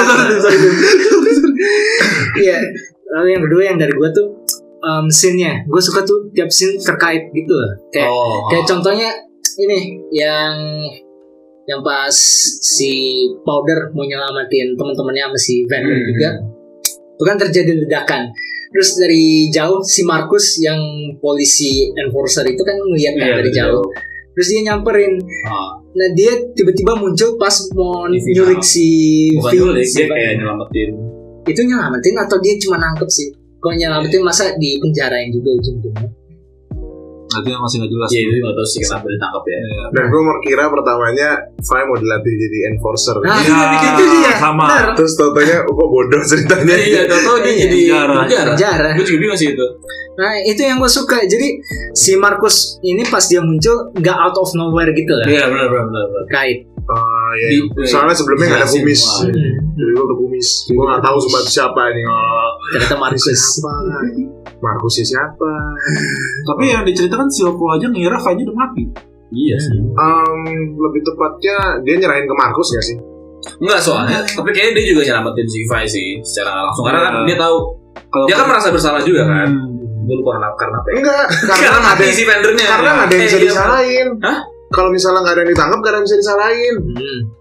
Iya. Lalu yang kedua yang dari gue tuh scene-nya. Gue suka tuh tiap scene terkait gitu loh. Kayak contohnya ini yang pas si Powder mau nyelamatin teman-temannya sama si Vander juga. Itu kan terjadi ledakan. Terus dari jauh si Marcus yang polisi enforcer itu kan ngeliat kan dari jauh. Terus dia nyamperin. Nah dia tiba-tiba muncul pas mau nyulik si Bukan Phil. nyulik, dia kayak nyelamatin. Itu nyelamatin atau dia cuma nangkep sih? Kalau nyelamatin masa di penjarain juga ujung-ujungnya? Nanti yang masih nggak jelas. Iya itu nggak tahu sih kenapa ditangkap ya. Dan gue kira pertamanya Fai mau dilatih jadi enforcer. Nah, Iya, itu dia. sama. Benar. Terus tau-taunya kok bodoh ceritanya. Iya tahu dia jadi penjara. Gue juga bingung sih itu. Nah itu yang gue suka. Jadi si Marcus ini pas dia muncul nggak out of nowhere gitu lah. Iya benar. Kait. Iya. Soalnya sebelumnya nggak ada Dijelasin kumis. semua. Jadi gue udah kumis. Gue nggak tahu sumpah itu siapa ini. Ternyata Marcus. Marcus ya siapa? Tapi yang diceritakan Silco aja ngira Fai-nya udah mati. Iya sih. Lebih tepatnya dia nyerahin ke Marcus nggak sih? Enggak soalnya, tapi kayaknya dia juga nyelamatin si Vi sih secara langsung karena kan dia tahu Kalau dia kan merasa bersalah juga kan. Hmm. Gue lupa karena apa? Ya? Enggak, Karena mati si vendornya. karena nggak ada yang bisa iya. disalahin. Hah? Kalau misalnya nggak ada yang ditangkap, nggak ada yang bisa disalahin.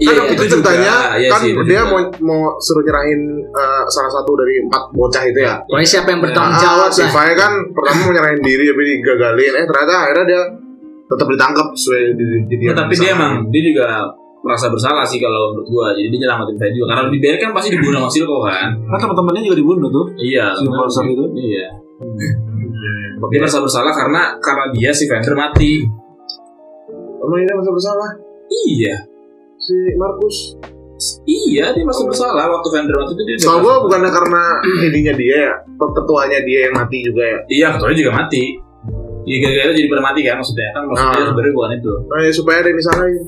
Kan itu ceritanya juga. kan Iya sih, dia juga. mau suruh nyerahin salah satu dari 4 bocah itu ya. Pokoknya siapa yang bertanggung jawab Si lah. Fai kan pertama mau nyerahin diri tapi digagalin. Ternyata akhirnya dia tetap ditangkap sesuai jadi Tapi dia juga merasa bersalah sih kalau menurut gua. Jadi dia nyelamatin Fai juga. Karena dibiarin kan pasti dibunuh sama Silco kan. Kan teman-temannya juga dibunuh tuh. Iya. Si Enforcer itu. Iya. Dia merasa bersalah karena dia si Vander mati. Emang ini masa bersalah? Iya. Si Markus. Iya, dia merasa bersalah waktu Vander mati itu dia. Soal gue bukannya karena ininya dia ya, ketuanya dia yang mati juga ya. Iya, ketuanya juga mati. Iya, gara-gara jadi pada mati kan maksudnya. Kan maksudnya sebenarnya bukan itu. Nah, ya, supaya ada yang disalahin.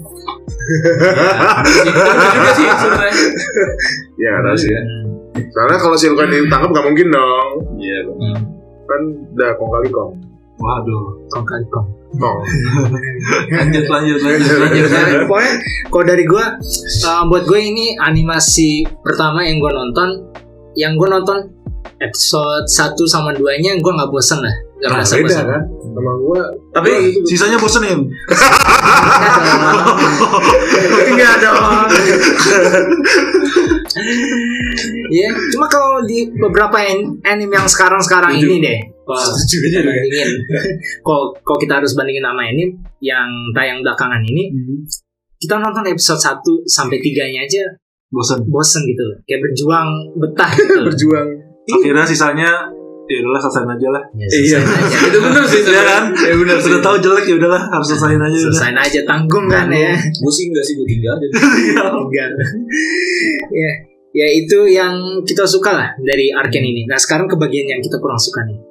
Itu juga sih sebenarnya. Ya nggak tahu sih ya. Soalnya kalau si Luka ditangkap nggak mungkin dong. Iya. Kan udah kong kali kong. Waduh. Kong kali kong. Lanjut. Nah, pokoknya kalau dari gue, buat gue ini animasi pertama yang gue nonton episode 1 sama 2-nya gue nggak bosen lah, nggak merasa Beda bosen. kan? Sama gue. Tapi Sisanya bosenin. Enggak dong. Iya, cuma kalau di beberapa anime yang sekarang ini deh, bandingin. Kalau kita harus bandingin sama anime yang tayang belakangan ini, kita nonton episode 1 sampai 3-nya aja bosen gitu, kayak berjuang betah gitu. Berjuang. Akhirnya sisanya ya udahlah selesain aja lah. Iya. itu benar sih Iya kan? Ya benar sih. Sudah tahu jelek ya udahlah harus selesain aja. Selesain aja, tanggung kan ya. Gue sih enggak sih, gue tinggal aja. Enggak. Ya itu yang kita suka lah dari Arcane ini. Nah sekarang ke bagian yang kita kurang suka nih.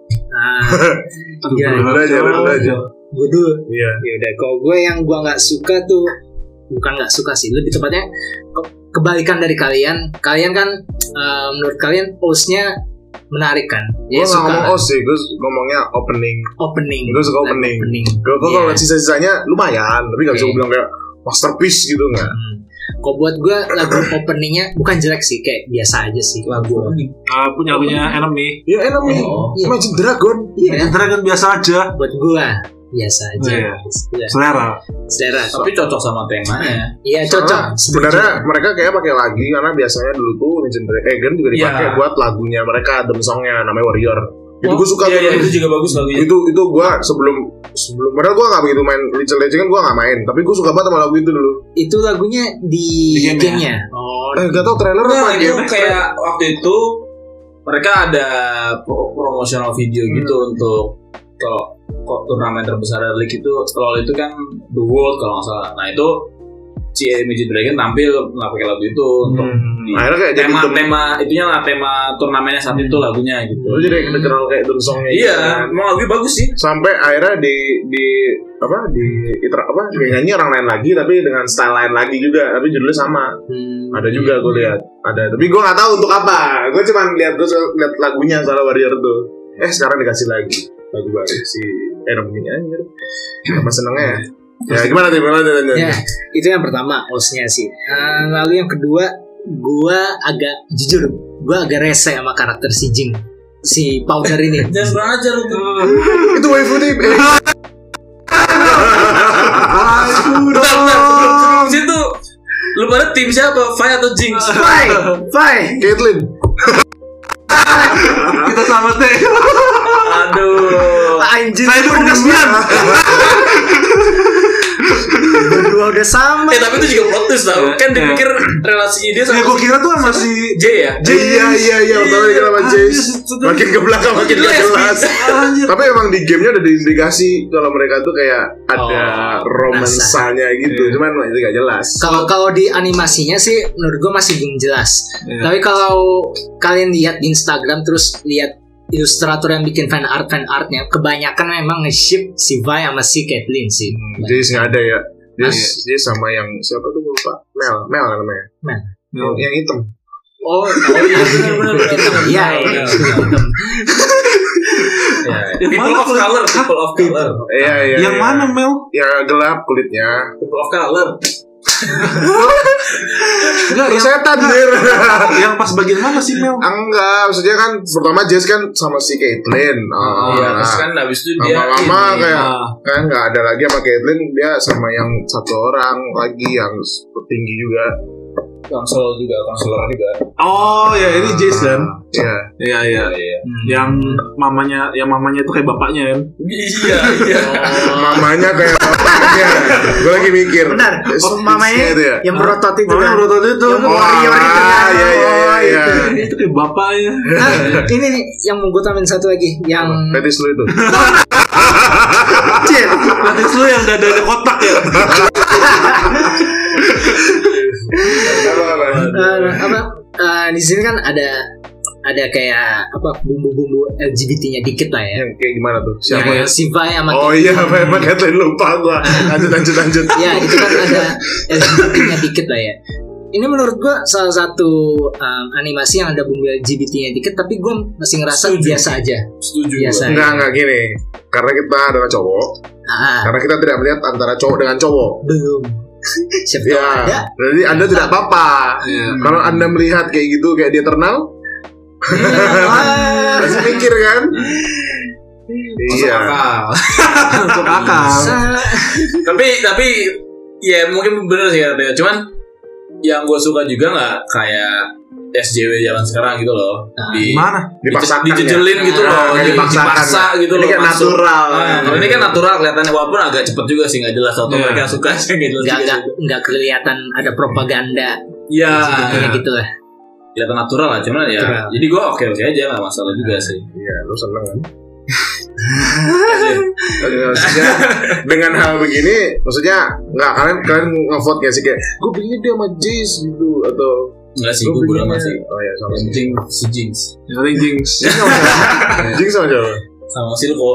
Udah aja. Gue dulu. Iya. Ya udah. Kalau gue yang gue nggak suka tuh, bukan nggak suka sih, lebih tepatnya kebalikan dari kalian. Kalian kan menurut kalian OS-nya menarik kan? Gue nggak ngomong OS sih, gue ngomongnya opening. Gue suka opening. Gue kalau sisa-sisanya lumayan, tapi nggak bisa gue bilang kayak masterpiece gitu nggak. Kok buat gue lagu openingnya bukan jelek sih, kayak biasa aja sih lagu opening. Punya Enemy. Ya Enemy, Imagine Dragon. Iya. Dragon biasa aja. Buat gue biasa aja. Selera. Tapi cocok sama temanya. Iya cocok. Sebenarnya mereka kayak pakai lagi karena biasanya dulu tuh Imagine Dragon juga dipakai buat lagunya mereka, theme songnya namanya Warrior. Itu gue suka tuh. Iya, itu juga bagus lagunya. Itu gue sebelum padahal gue nggak begitu main League of Legends kan, gue nggak main, tapi gue suka banget sama lagu itu dulu. Itu lagunya di gamenya. Gak tau trailer apa itu kayak waktu itu mereka ada promotional video gitu untuk kalau turnamen terbesar dari League itu, LoL itu kan The World kalau nggak salah. Nah itu si Imagine Dragon tampil nggak pakai lagu itu untuk akhirnya kayak tema itunya lah, tema turnamennya saat itu lagunya gitu. Lu jadi kenal kayak theme songnya. Iya, emang lagu bagus sih. Sampai akhirnya di nyanyi orang lain lagi tapi dengan style lain lagi juga, tapi judulnya sama. Ada juga gue lihat. Ada, tapi gue nggak tahu untuk apa. Gue cuma lihat lagunya salah Warrior tuh. Sekarang dikasih lagi lagu baru si Enemy anjir. Apa senengnya? Ya gimana tuh? Ya, itu yang pertama OS-nya sih. Lalu yang kedua, gue agak rese sama karakter si Jing, si Powder ini. Jangan kurang ajar lu. Itu waifu nih. Sebelum situ lu pada tim siapa? Fai atau Jinx? Fai. Caitlyn. Kita sama deh. Aduh. Anjir. Saya itu kasihan. Berdua udah sama. Tapi itu juga plot twist tau. Kan dipikir relasinya dia sama Gue kira tuh masih J ya? Iya. Pertama dikira sama Jace. Makin ke belakang makin gak jelas. Tapi emang di gamenya udah diindikasi kalau mereka tuh kayak ada romansanya gitu. Cuman itu gak jelas. Kalau di animasinya sih menurut gue masih belum jelas. Tapi kalau kalian lihat di Instagram terus lihat ilustrator yang bikin fan artnya, kebanyakan memang nge-ship si Vi sama si Caitlyn sih. Jace nggak ada ya. Jace sama yang siapa tuh lupa. Mel namanya. Mel. Yang hitam. Oh iya benar. Iya. People of color. Iya. Yang mana Mel? Ya gelap kulitnya. People of color. Enggak, Setan dir. yang pas bagian mana sih Mel? Enggak, maksudnya kan pertama Jess kan sama si Caitlyn. Iya, terus kan habis itu dia lama-lama ini, kayak kan nggak ada lagi sama Caitlyn, dia sama yang satu orang lagi yang tinggi juga. konselor juga. Oh ya, ini Jace kan? Iya. Iya. Yang mamanya itu kayak bapaknya kan? Iya. Mamanya kayak bapaknya. Gue lagi mikir. Benar. Mamanya itu ya? yang berotot itu kan. Mamanya berotot itu. Yang warrior itu kan. Iya. Itu kayak bapaknya. Nah, ini nih yang mau gue tambahin satu lagi, yang Fetis lu itu. Cil. Fetis lu yang dadanya kotak ya? Di sini kan ada kayak apa bumbu-bumbu LGBT-nya dikit lah ya. Kayak gimana tuh? Siapa Yang si Vi sama iya, memang Caitlyn lupa gua. Lanjut. Ya, itu kan ada LGBT-nya dikit lah ya. Ini menurut gue salah satu animasi yang ada bumbu LGBT-nya dikit, tapi gue masih ngerasa biasa aja. Setuju. Biasa. Enggak gini. Karena kita adalah cowok. Karena kita tidak melihat antara cowok dengan cowok. Belum. Siapa tahu ada. Jadi Anda tidak apa-apa. Kalau Anda melihat kayak gitu kayak di Eternal, masih mikir kan? Iya. Masuk akal. Tapi ya mungkin bener sih katanya. Cuman yang gue suka juga nggak kayak SJW zaman sekarang gitu loh. Gimana? Dipaksakan dijejelin ya? gitu loh. Dipaksa gitu ini loh. kan natural. Kalau ini kan natural kelihatannya, walaupun agak cepet juga sih, nggak jelas atau mereka suka sih nggak kelihatan ada propaganda. Iya. Gitu lah. Kelihatan natural lah, cuman ya. Natural. Jadi gue oke aja, nggak masalah juga sih. Iya, lu seneng kan? Maksudnya dengan hal begini, maksudnya nggak kalian ngevote gak sih kayak gue pilih dia sama Jace gitu atau enggak sih, gue bodo amat sih. Oh ya, sama Yang penting si Jinx. Yang penting Jinx. Jinx sama siapa? Sama Silco.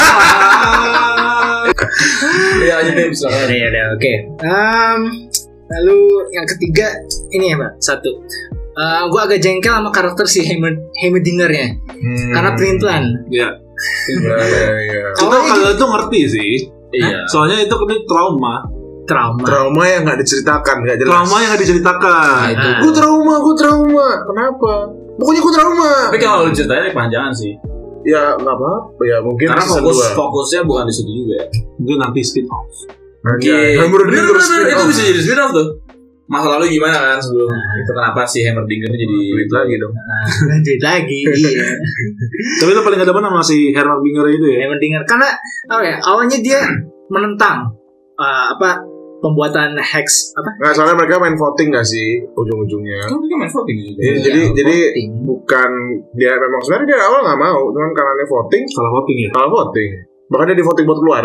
Ya aja deh, silakan. Ya, oke. Lalu yang ketiga ini ya Pak, satu. Gue agak jengkel sama karakter si Heimerdinger ya, karena pelintuan. Iya. Iya. Kalau itu ngerti sih. Iya. Soalnya itu kan trauma yang nggak diceritakan, nggak jelas. Trauma yang nggak diceritakan. Nah, itu. Gue trauma. Kenapa? Pokoknya gue trauma. Tapi kalau lu ceritain kepanjangan sih. Ya nggak apa-apa. Ya mungkin Karena season 2. fokusnya bukan di situ juga ya. Mungkin nanti spin off. Heimerdinger Bener, itu bisa jadi spin off tuh. Masa lalu gimana kan sebelum itu, kenapa si Heimerdinger jadi Lanjut lagi dong. Lanjut lagi. Iya. Tapi itu paling gak demen sama si Heimerdinger itu ya. Heimerdinger karena apa ya? Awalnya dia menentang pembuatan hex apa? Nggak, soalnya mereka main voting nggak sih ujung-ujungnya. Kan mereka main voting gitu. Iya, jadi bukan dia memang sebenarnya dia awal nggak mau, cuman karena dia voting, Salah voting ya. bahkan dia di voting buat keluar.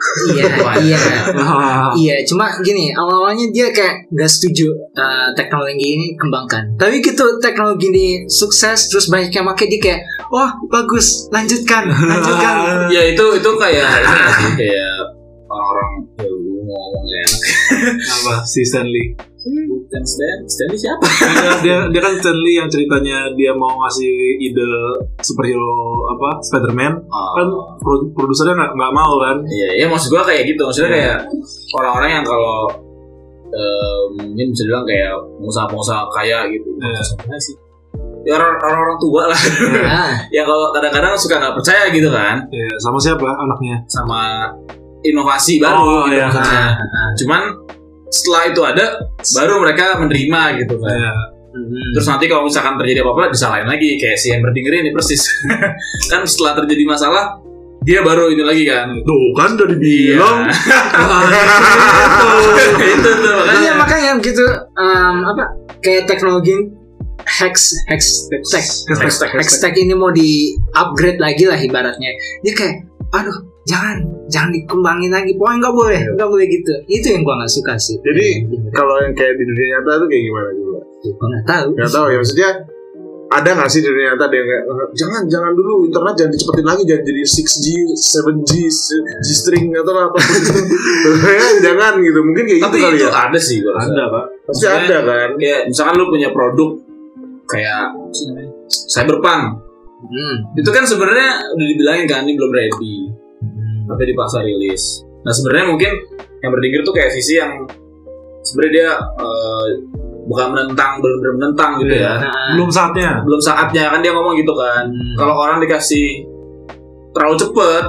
Iya. Cuma gini, awalnya dia kayak nggak setuju teknologi ini kembangkan. Tapi gitu teknologi ini sukses, terus banyak yang pakai, dia kayak, wah bagus, lanjutkan. Ya itu kayak ini nggak sih, kayak orang-orang ya gue mau ngomongnya Apa si Stanley? bukan Stanley siapa? dia kan Stanley yang ceritanya dia mau ngasih ide superhero apa Spider-Man. Kan produsernya nggak mau kan. Iya maksud gue kayak gitu, maksudnya kayak orang-orang yang kalau mungkin bisa bilang kayak pengusaha-pengusaha kaya gitu. Maksudnya sih ya orang-orang tua lah. Yang kalau kadang-kadang suka nggak percaya gitu kan. Iya, sama siapa anaknya? Sama inovasi baru gitu maksudnya. Cuman setelah itu ada baru mereka menerima gitu kan. Terus nanti kalau misalkan terjadi apa-apa disalahin lagi kayak si Heimerdinger ini persis. Kan setelah terjadi masalah dia baru ini lagi kan. Tuh kan udah dibilang. Itu tuh makanya gitu kayak teknologi hex tech ini mau di upgrade lagi lah ibaratnya. Dia kayak aduh jangan dikembangin lagi, pokoknya nggak boleh gitu. Itu yang gua nggak suka sih. Jadi kalau yang kayak di dunia nyata tuh kayak gimana coba? Gua nggak tahu ya, maksudnya ada nggak sih di dunia nyata dia kayak jangan dulu internet jangan dicepetin lagi, jangan jadi 6G 7G G-string atau apa gitu. Jangan gitu, mungkin kayak tapi gitu kali itu ya. ada sih gua rasa. Ada Pak. Pasti ada kan. Kayak misalkan lu punya produk kayak Cyberpunk. Itu kan sebenarnya udah dibilangin kan ini belum ready. Tapi dipaksa rilis. Nah sebenarnya mungkin yang Heimerdinger tuh kayak sisi yang sebenarnya dia bukan menentang, belum menentang gitu ya. Belum saatnya kan dia ngomong gitu kan. Kalau orang dikasih terlalu cepet,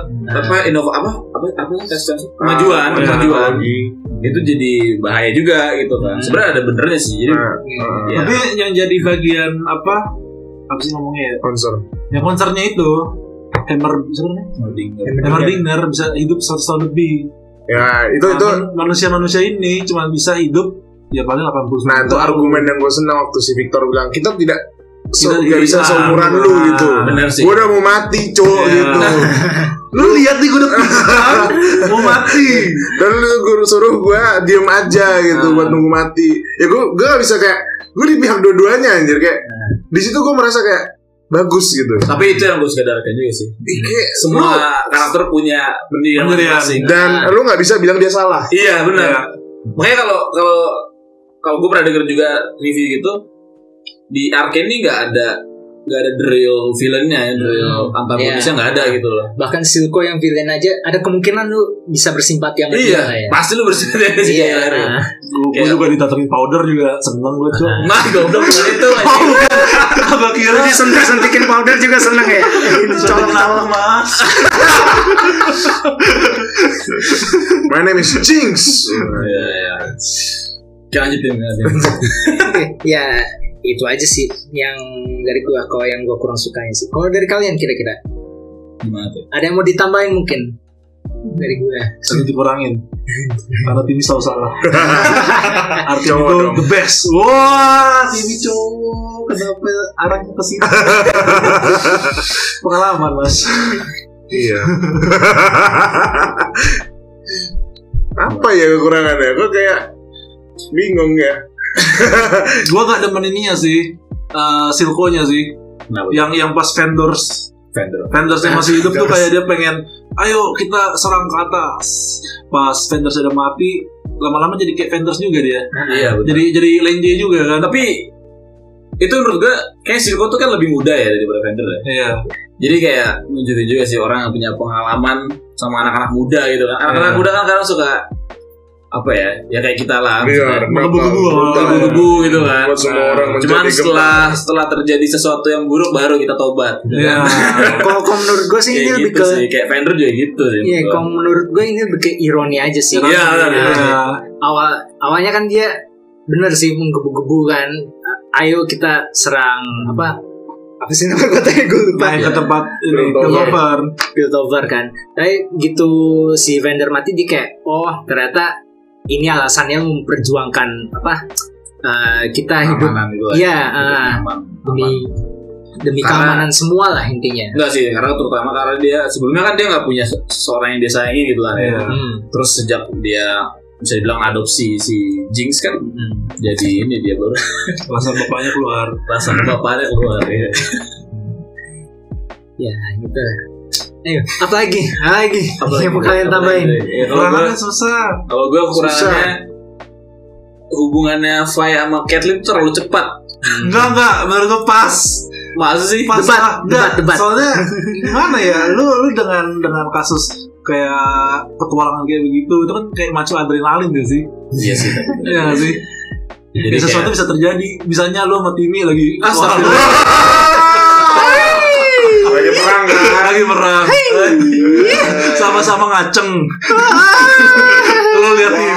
kemajuan itu jadi bahaya juga gitu kan. Sebenarnya ada benernya sih. Jadi, ya. Tapi yang jadi bagian apa sih ngomongnya ya? Yang konsernya itu Heimerdinger bisa hidup 100 tahun lebih. Ya itu manusia ini cuma bisa hidup ya paling 80. Nah itu argumen yang gue senang waktu si Victor bilang kita tidak bisa seumuran lu gitu. Bener sih. Gue udah mau mati cowok gitu. Lu lihat nih gue udah mau mati. Dan lu suruh gue diem aja gitu buat nunggu mati. Ya gue gak bisa kayak gue di pihak dua-duanya anjir kayak. Di situ gue merasa kayak bagus gitu. Tapi itu yang gue sadarkan juga sih. Semua karakter punya pendirian masing-masing. Dan lu nggak bisa bilang dia salah. Iya benar. Makanya kalau gue pernah denger juga review gitu, di Arcane ini nggak ada the real villainnya, the real antagonisnya nggak ada gitu loh. Bahkan Silco yang villain aja ada kemungkinan lu bisa bersimpati sama dia ya. Pasti lu bersimpati sih. Gue juga ditatungin powder juga seneng gue tuh. Nah goblok itu aja. Apa kira disentik-sentikin powder juga seneng ya. Colok-colok mas. My name is Jinx. Lanjutin. Ya itu aja sih yang dari gua. Kalau yang gua kurang sukanya sih. Kalau dari kalian kira-kira gimana tuh? Ada yang mau ditambahin mungkin dari gua? Sedikit dikurangin karena Timmy selalu salah. Artinya itu the best. Wah Timmy cowok kenapa arahnya ke situ? Pengalaman mas. Iya. Apa ya kekurangannya? Gue kayak bingung ya. Gue gak demen ininya sih, Silco-nya sih. Yang pas vendors yang masih hidup tuh kayak dia pengen, ayo kita serang ke atas. Pas vendors udah mati, lama-lama jadi kayak vendors juga dia. Iya. Jadi lenje juga kan. Tapi itu menurut gue kayak Silco tuh kan lebih muda ya daripada vendor ya. Iya. Jadi kayak nunjukin juga sih orang yang punya pengalaman sama anak-anak muda gitu kan. Anak-anak muda kan kadang suka apa ya kayak kita lah, menggebu-gebu gitu kan. Cuman setelah terjadi sesuatu yang buruk baru kita tobat. Gitu kan? Kalau menurut gue sih ini lebih gitu ke kayak vendor juga gitu sih. Iya, kalau menurut gue ini lebih ke ironi aja sih. Iya. Awalnya kan dia bener sih menggebu-gebu kan. Ayo kita serang apa sih nama kotanya gue lupa. Ke tempat Piltover kan. Tapi gitu si vendor mati dia kayak ternyata ini alasannya memperjuangkan kita hidup demi keamanan semua lah intinya. Enggak sih, karena dia sebelumnya kan dia nggak punya seseorang yang dia sayangi gitu lah. Terus sejak dia bisa dibilang adopsi si Jinx kan, jadi ini dia baru rasa bapaknya keluar ya gitu. Ayo, apa lagi yang mau kalian tambahin? Kekurangannya susah. Kalau gue kekurangannya hubungannya Vi sama Caitlyn terlalu cepat. Enggak, menurut gue pas. Masa sih? Pas debat. Soalnya gimana ya, lu dengan kasus kayak petualangan kayak begitu, itu kan kayak macu adrenalin gak sih? Iya sih. Iya gak sih? Jadi sesuatu bisa terjadi. Misalnya lu sama Timmy lagi lagi perang sama-sama ngaceng. Lu lihat ini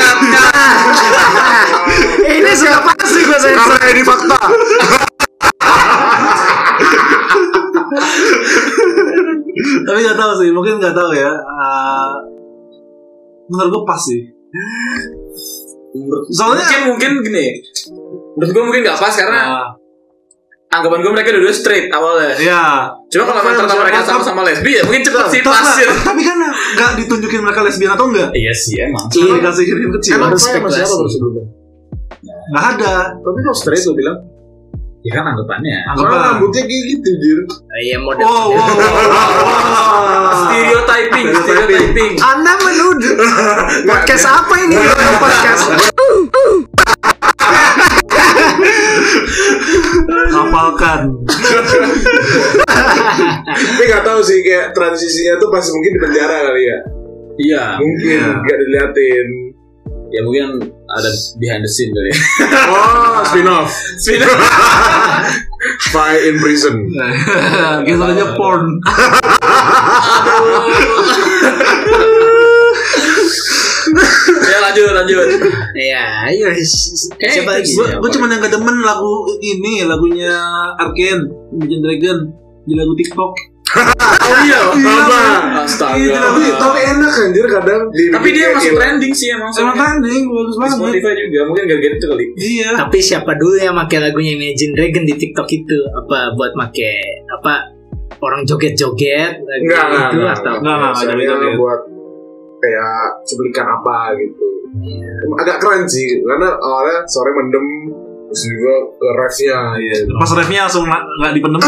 ini sudah pasti gue karena ini fakta. Tapi nggak tahu sih, mungkin nggak tahu ya. Menurut gue pas sih. Soalnya mungkin gini. Menurut gue mungkin nggak pas karena anggapan gue mereka dua straight awalnya. Iya. Cuma kalau ternyata mereka sama-sama lesbi ya mungkin cepet sih pasir. Tapi kan nggak ditunjukin mereka lesbian atau enggak? Iya sih emang. Cuma dikasih hint kecil. Emang siapa baru sebelumnya? Nggak ada. Tapi kalau straight lo bilang. Ya kan anggapannya. Karena rambutnya kayak gitu Jir. Iya model. Stereotyping. Anda menuduh. Podcast apa ini? Podcast. Hafalkan. Tapi nggak tahu sih kayak transisinya tuh pas mungkin di penjara kali ya. Iya. Mungkin nggak diliatin. Ya mungkin ada behind the scene kali. Oh, spin-off. Fight in prison. Gitu aja porn. Ya lanjut. Ya, ayo. Siapa lagi? Gue cuma yang gak demen lagunya Arkane, Imagine Dragon di lagu TikTok. Oh iya, Apa? Astaga. Tapi enak anjir kadang. Tapi dia masuk trending sih emang. Emang trending, bagus Di banget. Spotify juga, mungkin gara-gara itu kali. Iya. Tapi siapa dulu yang pakai lagunya Imagine Dragon di TikTok itu? Apa buat pakai orang joget-joget Enggak, atau Biasanya buat kayak cuplikan apa gitu. Agak keren sih karena awalnya sore mendem terus juga ke refnya. Pas refnya langsung nggak dipendem.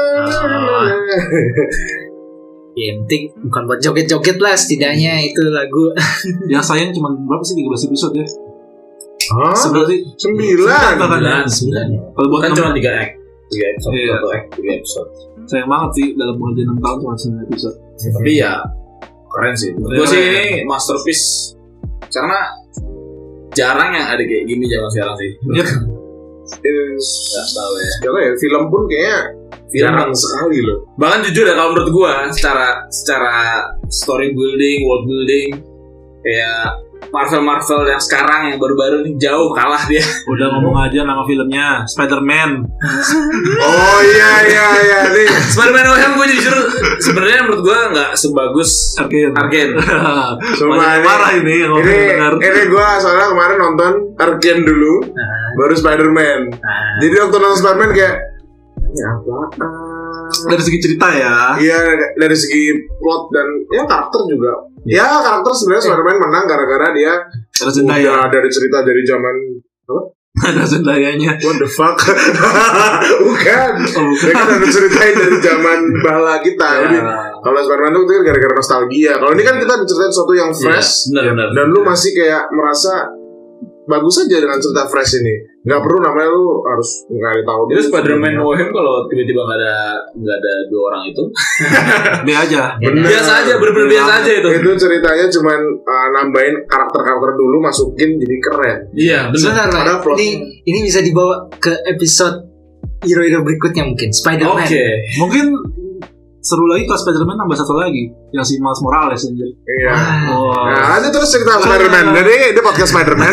Ya yang penting bukan buat joget-joget lah, setidaknya itu lagu. Yang sayang cuma berapa sih, 13 episode ya? Hah? 9. 9. Kalau buat Kan 6, cuma 3 act. 3 episode, Iya. 3 episode. sayang banget sih dalam waktu 6 tahun cuma 9 episode. Tapi ya keren sih. Gue sih ini masterpiece karena jarang yang ada kayak gini zaman sekarang sih. Yep. Gak tahu ya. Karena ya film pun kayaknya jarang sekali loh. Bahkan jujur ya kalau menurut gue secara story building, world building kayak Marvel yang sekarang yang baru-baru nih jauh kalah dia. Udah ngomong aja nama filmnya Spider-Man. Oh iya nih. Spider-Man No Way Home gue jujur sebenarnya menurut gue nggak sebagus Arkane. Banyak marah ini yang ngomong dengar. Ini gue soalnya kemarin nonton Arkane dulu, baru Spider-Man. Jadi waktu nonton Spider-Man kayak ini apaan? Dari segi cerita ya. Iya, dari segi plot dan ya karakter juga. Ya karakter sebenarnya Spider-Man menang gara-gara dia Ada Zendaya. udah dari cerita dari zaman apa? Ada Zendayanya. What the fuck? Bukan. Dia kan ada ceritain dari zaman bala kita. Jadi, kalau Spider-Man itu kan gara-gara nostalgia. Kalau ini kan kita diceritain sesuatu yang fresh. Benar. Dan lu masih kayak merasa bagus aja dengan cerita fresh ini. Gak perlu namanya lu harus nggak tahu. Itu Spider-Man No Way Home kalau tiba-tiba nggak ada dua orang itu Dia aja. biasa aja, bener-bener biasa aja itu. Itu ceritanya cuman nambahin karakter-karakter dulu masukin jadi keren. Iya benar. Sebentar lah, Ada plot. ini bisa dibawa ke episode hero-hero berikutnya mungkin Spider-Man. Oke. Mungkin seru lagi kalau Spider-Man nambah satu lagi yang si Miles Morales anjir. Iya. Wah. Nah, aja terus cerita Spider-Man. Jadi dia podcast Spider-Man.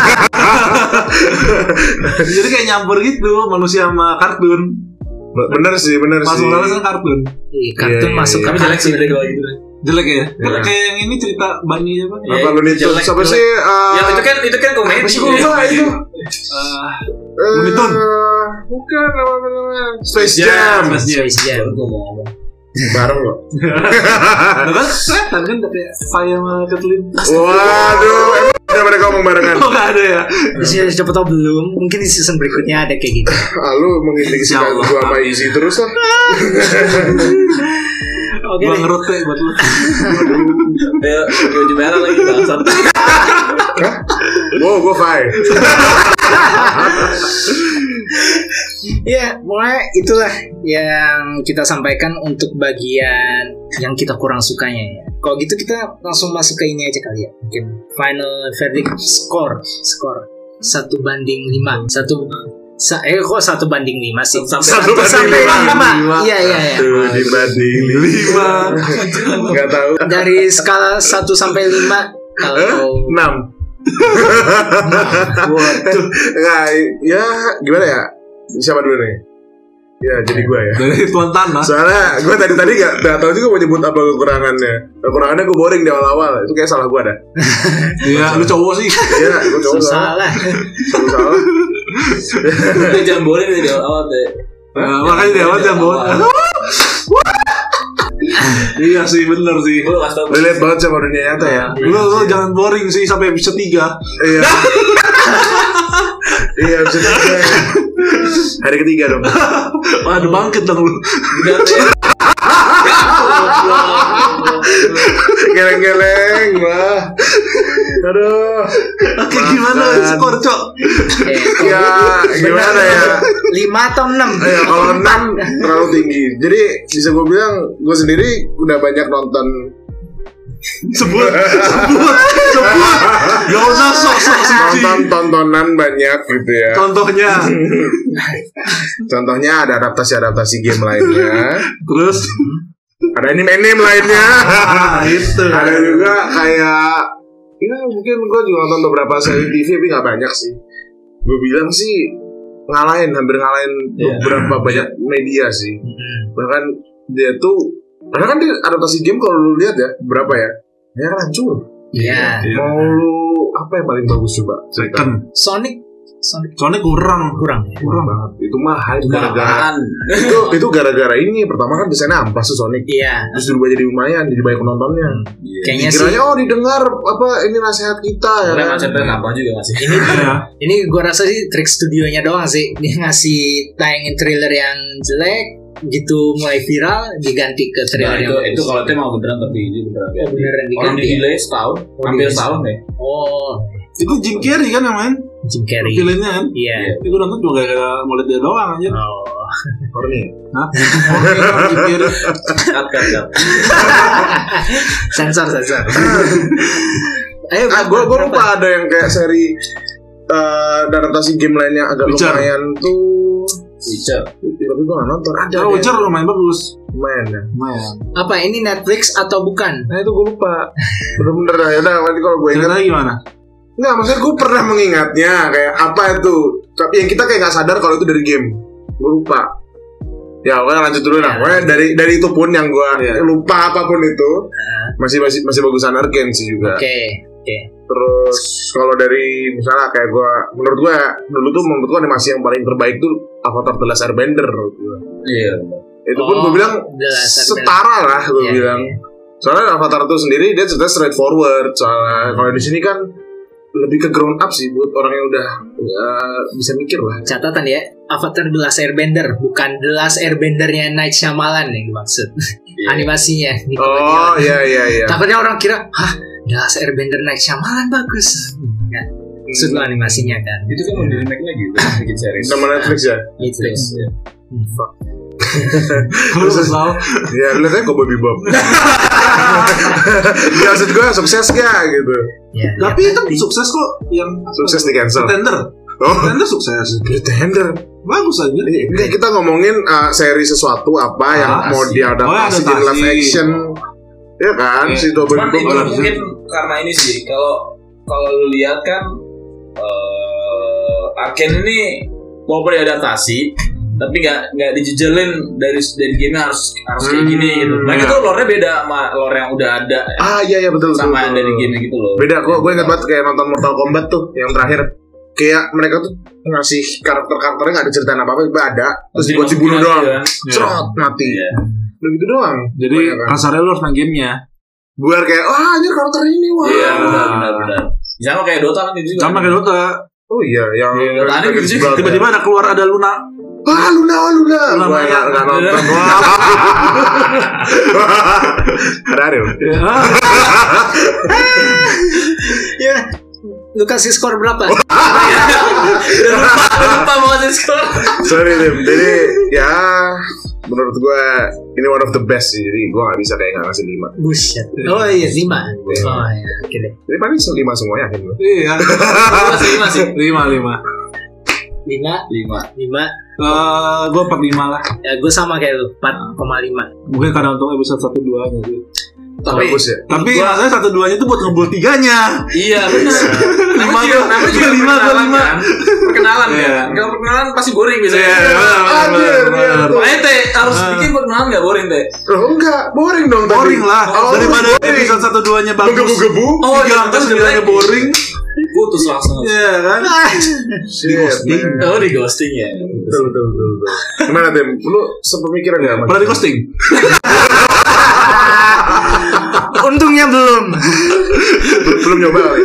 Jadi kayak nyampur gitu manusia sama kartun. Bener sih. Miles Morales kan kartun. Iya, kartun Iya, masuk iya. ke Tapi jelek sih kartun. kalau gitu. Jelek ya? Iya. Kayak yang ini cerita Bunny apa? Iya. Apa lu nih tuh? Jelek, Siapa jelek. sih? Ya itu kan komedi. Masih gue lupa itu. Looney Tunes. Bukan namanya. Space Jam. Jam. Space Jam. Ngomong-ngomong. Bareng loh. Nah kan kelihatan kan kayak saya sama Kathleen. Waduh, emang ada mereka ngomong barengan. Oh gak ada ya? Siapa tahu belum, mungkin di season berikutnya ada kayak gitu. Lu mengintegrasikan Insyaallah. gua sama Izzy terus lah. Oke Gua deh. ngerut deh buat lu. Ya, di merah lagi bangsat. Wow, gua fine. Ya, mulai itulah yang kita sampaikan untuk bagian yang kita kurang sukanya ya. Kalau gitu kita langsung masuk ke ini aja kali ya. Mungkin final verdict score 1/5. Kok 1/5 sih? Satu banding sampai lima. 5. Iya. Tuh dibanding 5. Enggak tahu. Dari skala 1 sampai 5 kalau 6. Enggak, ya gimana ya? Siapa dulu nih? Ya jadi gue ya. Dari Tuan Tanah. Soalnya gue tadi gak tahu juga mau nyebut apa kekurangannya. Kekurangannya gue boring di awal-awal. Itu kayak salah gue dah. Iya, lu cowok sih. Iya, gue coba salah. salah. Udah jangan boleh dari awal deh. Makanya di awal jangan bawa. Iya sih, bener sih. Gue kasih tau. Relate banget sama dunia nyata ya. Lu jangan boring sih sampai episode 3. Iya. Iya, bisa juga. Hari ketiga dong. Waduh, bangkit dong lu. Geleng-geleng lah. Aduh. Oke, gimana skor, Cok? Ya, gimana ya? 5 atau 6? Ya, kalau 6 terlalu tinggi. Jadi bisa gue bilang gue sendiri udah banyak nonton Sebut. Gak usah sok-sok suci. Tontonan banyak gitu ya. Contohnya ada adaptasi game lainnya. Terus ada anime lainnya. Itu. Ada juga kayak ya mungkin gue juga nonton beberapa seri TV tapi nggak banyak sih. Gue bilang sih hampir ngalahin beberapa banyak media sih. Bahkan dia tuh karena kan dia adaptasi game kalau lu lihat ya berapa ya kan hancur. Iya. Mau lu apa yang paling bagus coba? Sonic kurang banget. Itu mah hype Apaan? itu gara-gara ini pertama kan desainnya ampas tuh Sonic. Iya. Terus berubah jadi lumayan, jadi banyak penontonnya. Kayaknya sih. Kiranya didengar apa ini nasihat kita ya. Karena macetnya apa juga masih. Ini gue rasa sih trik studionya doang sih. Dia ngasih tayangin trailer yang jelek gitu mulai viral diganti ke trailer yang itu kalau itu emang beneran tapi ini beneran. Oh, beneran Orang diganti. di delay setahun, hampir setahun deh. Oh, itu Jim Carrey kan yang main Jim Carrey. filmnya kan. Iya. Itu gue nonton juga gara-gara mau lihat dia doang aja. Oh. Horny. Hah? Jim Carrey. Cut. Sensor. Gue lupa ada yang kayak seri adaptasi game lainnya agak Witcher. lumayan tuh. Witcher. Tapi gue gak nonton. Ada Oh, Witcher lumayan bagus. lumayan ya. Lumayan. Apa ini Netflix atau bukan? Nah itu gue lupa. Bener-bener ya udah nanti kalau gue ingat. Ceritanya gimana? Nggak, maksudnya gue pernah mengingatnya kayak apa itu. Tapi yang kita kayak nggak sadar kalau itu dari game. Gue lupa. Ya oke lanjut dulu lah. Pokoknya dari itu pun yang gue lupa apapun itu masih bagusan Arkane sih juga. Oke. Terus kalau dari misalnya kayak menurut gue menurut gue animasi yang paling terbaik tuh Avatar The Last Airbender menurut gue. Iya. Itu pun gue bilang setara lah gue bilang. Soalnya Avatar itu sendiri dia cerita straightforward. Soalnya kalau di sini kan lebih ke ground up sih buat orang yang udah bisa mikir lah. Catatan ya, Avatar The Last Airbender, bukan The Last Airbendernya Night Shyamalan yang dimaksud. Animasinya. Gitu Oh iya. Takutnya orang kira, The Last Airbender Night Shyamalan bagus. Enggak. Maksud lo animasinya kan. Itu kan mau di remake lagi bikin series. Nama Netflix ya. Netflix. Fuck. Lu kesal. Ya lihatnya kok Bobby Bob. Ya maksud gue sukses gak gitu. Ya, Tapi itu sukses kok yang Sukses di cancel. Pretender. Oh, Pretender sukses. Pretender. Bagus aja. Ini kita ngomongin seri sesuatu apa yang mau diadaptasi jadi live action. Ya kan, si Bobby Cuman itu Bob. mungkin karena ini sih kalau lu lihat kan Arkane ini walaupun diadaptasi tapi nggak dijejelin dari game harus kayak gini gitu. Mereka tuh lore-nya beda sama lore yang udah ada. Iya betul. Sama yang dari game gitu loh. Beda. Gue ingat banget kayak nonton Mortal Kombat tuh yang terakhir. Kayak mereka tuh ngasih karakternya nggak ada ceritaan apa ada. Terus buat dibunuh doang. Cerot mati. Udah gitu doang. Jadi kasarnya lu harus main gamenya. Biar kayak ini karakter ini wah. Iya benar. Sama kayak Dota kan itu juga. Sama kayak Dota. Oh iya yang Dota ini gitu juga. Tiba-tiba ada keluar ada Luna. Luna. Luna Gue nggak nonton. Ada Ariel. Ya. Lu kasih skor berapa? Lupa mau kasih skor. Sorry Tim. Jadi ya menurut gue ini one of the best sih. Jadi gue nggak bisa kayak nggak ngasih 5. Buset. Oh iya 5. Oh iya. Oke deh. Jadi paling 5 semua yakin gue. Iya. Masih 5. 5. Gue 45 lah. Ya gue sama kayak lu 4,5. Mungkin karena untuk episode 1-2 gitu. Bagus ya. Tapi masalahnya 1-2-nya itu buat ngebul 3-nya. Iya benar. Namanya juga perkenalan kan. Kalau perkenalan pasti boring biasanya. Makanya Teh harus bikin perkenalan nggak boring Teh. Loh enggak, boring dong tadi. Boring lah. Daripada episode 1-2-nya bagus. Menggebu-gebu. 3-9-nya boring. Putus langsung. Iya kan? Ghosting. Oh di ghosting ya. Betul. Gimana Tim? Lu sepemikiran nggak? Pernah di ghosting? Untungnya belum. Belum nyoba kali.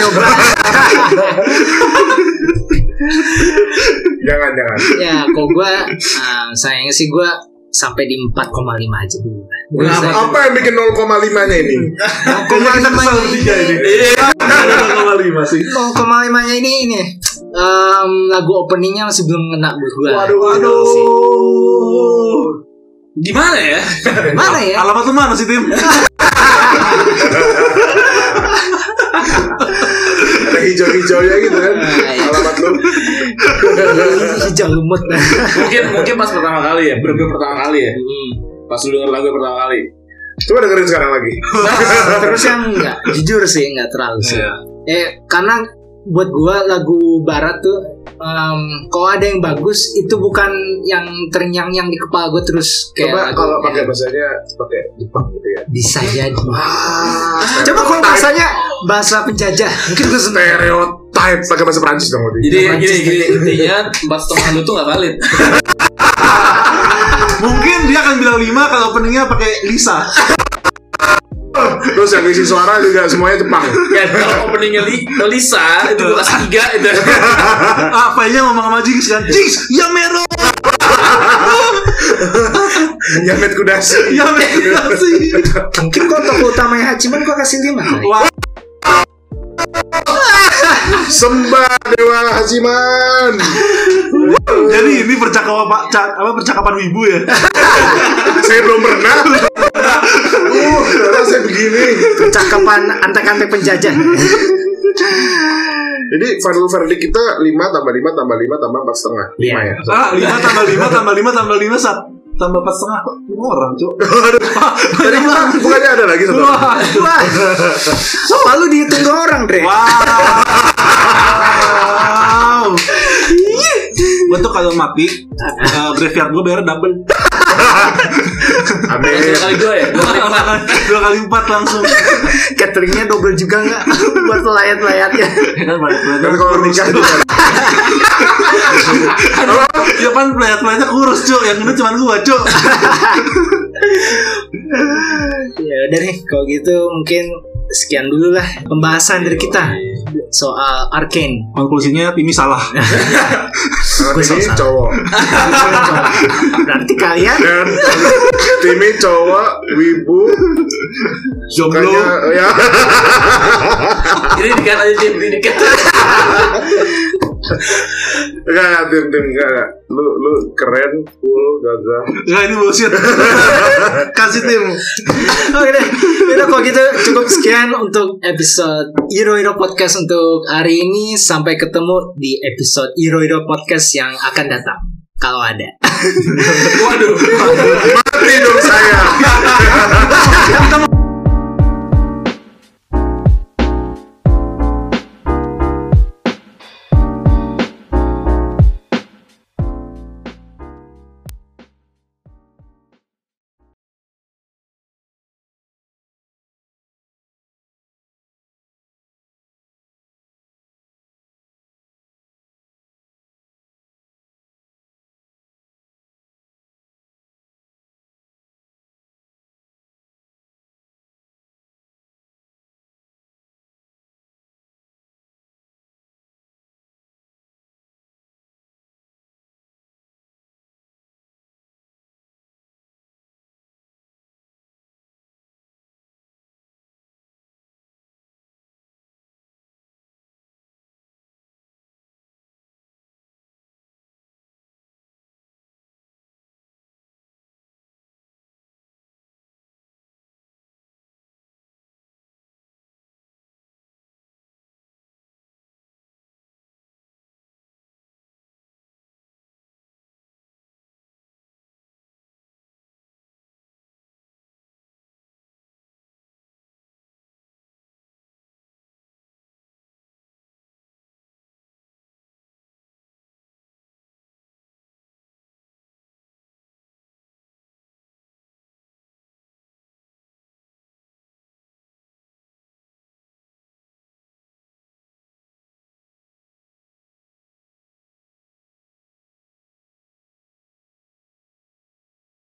Jangan. Ya, kok gue sayangnya sih gue sampai di 4,5 aja dulu. Apa yang bikin 0,5-nya ini? Kayaknya kita kesal bertiga ini. Iya. 0,5 sih. 0,5-nya ini lagu openingnya masih belum ngena buat gue. Waduh. Gimana ya? Mana ya? Alamat lu mana sih Tim? Ada hijau-hijaunya gitu kan alamat lu. Hijau lumut. Mungkin pas pertama kali ya, bener-bener pertama kali ya. Pas lu denger lagu pertama kali. Coba dengerin sekarang lagi. Terus yang enggak, jujur sih enggak terlalu sih. Karena buat gua lagu barat tuh kalau ada yang bagus itu bukan yang terngiang-ngiang di kepala gua terus kayak coba kalau pakai bahasanya pakai Jepang gitu ya. bisa jadi. Coba kalau bahasanya bahasa penjajah, mungkin gua Stereotype pakai bahasa Prancis dong berarti. Jadi gini intinya 4,5 lu tuh gak valid. Mungkin dia akan bilang 5 kalau openingnya pakai Lisa. Terus yang isi suara juga semuanya Jepang. Kan kalau openingnya Lisa itu gue kasih 3 itu. Apanya ngomong sama Jinx kan? Jinx, Yamero. Yamet Kudashi. mungkin kok tokoh utamanya Hachiman gua kasih 5 kali. Wah, Sembah Dewa Hachiman. jadi ini percakapan wibu ya? Saya belum pernah. Ternyata saya begini. Percakapan antek-antek penjajah. Jadi final verdict kita 5 tambah 5 tambah 5 tambah 4,5. 5 ya. 5 tambah 5 tambah 5 tambah 5 tambah 4,5 orang, Cuk. Tadi bukannya ada lagi satu. Wah, selalu dihitung ke orang, Dre. Wow. Gue tuh kalau mati graveyard gue bayar double. Amin. 2 kali 2 ya? 2 kali 4. 2 kali 4 langsung. Cateringnya double juga nggak buat pelayat-pelayatnya. Dan kalau nikah itu ya kan pelayat-pelayatnya kurus, Cuk. Yang ini cuma gue, Cuk. Ya udah deh, kalau gitu mungkin sekian dulu lah pembahasan dari kita soal Arcane. Konklusinya Timi salah. Karena Timi cowok. Berarti kalian Dan Timi cowok, wibu, Jomblo. ya. Ini dikat aja tim, ini dikat. Enggak, enggak. Lu keren, cool, gagah. Enggak, ini bullshit. Kasih Tim. oke deh. Udah kalau gitu cukup sekian untuk episode Hero Podcast untuk hari ini. Sampai ketemu di episode Hero Podcast yang akan datang. Kalau ada. Waduh. Mati dong saya.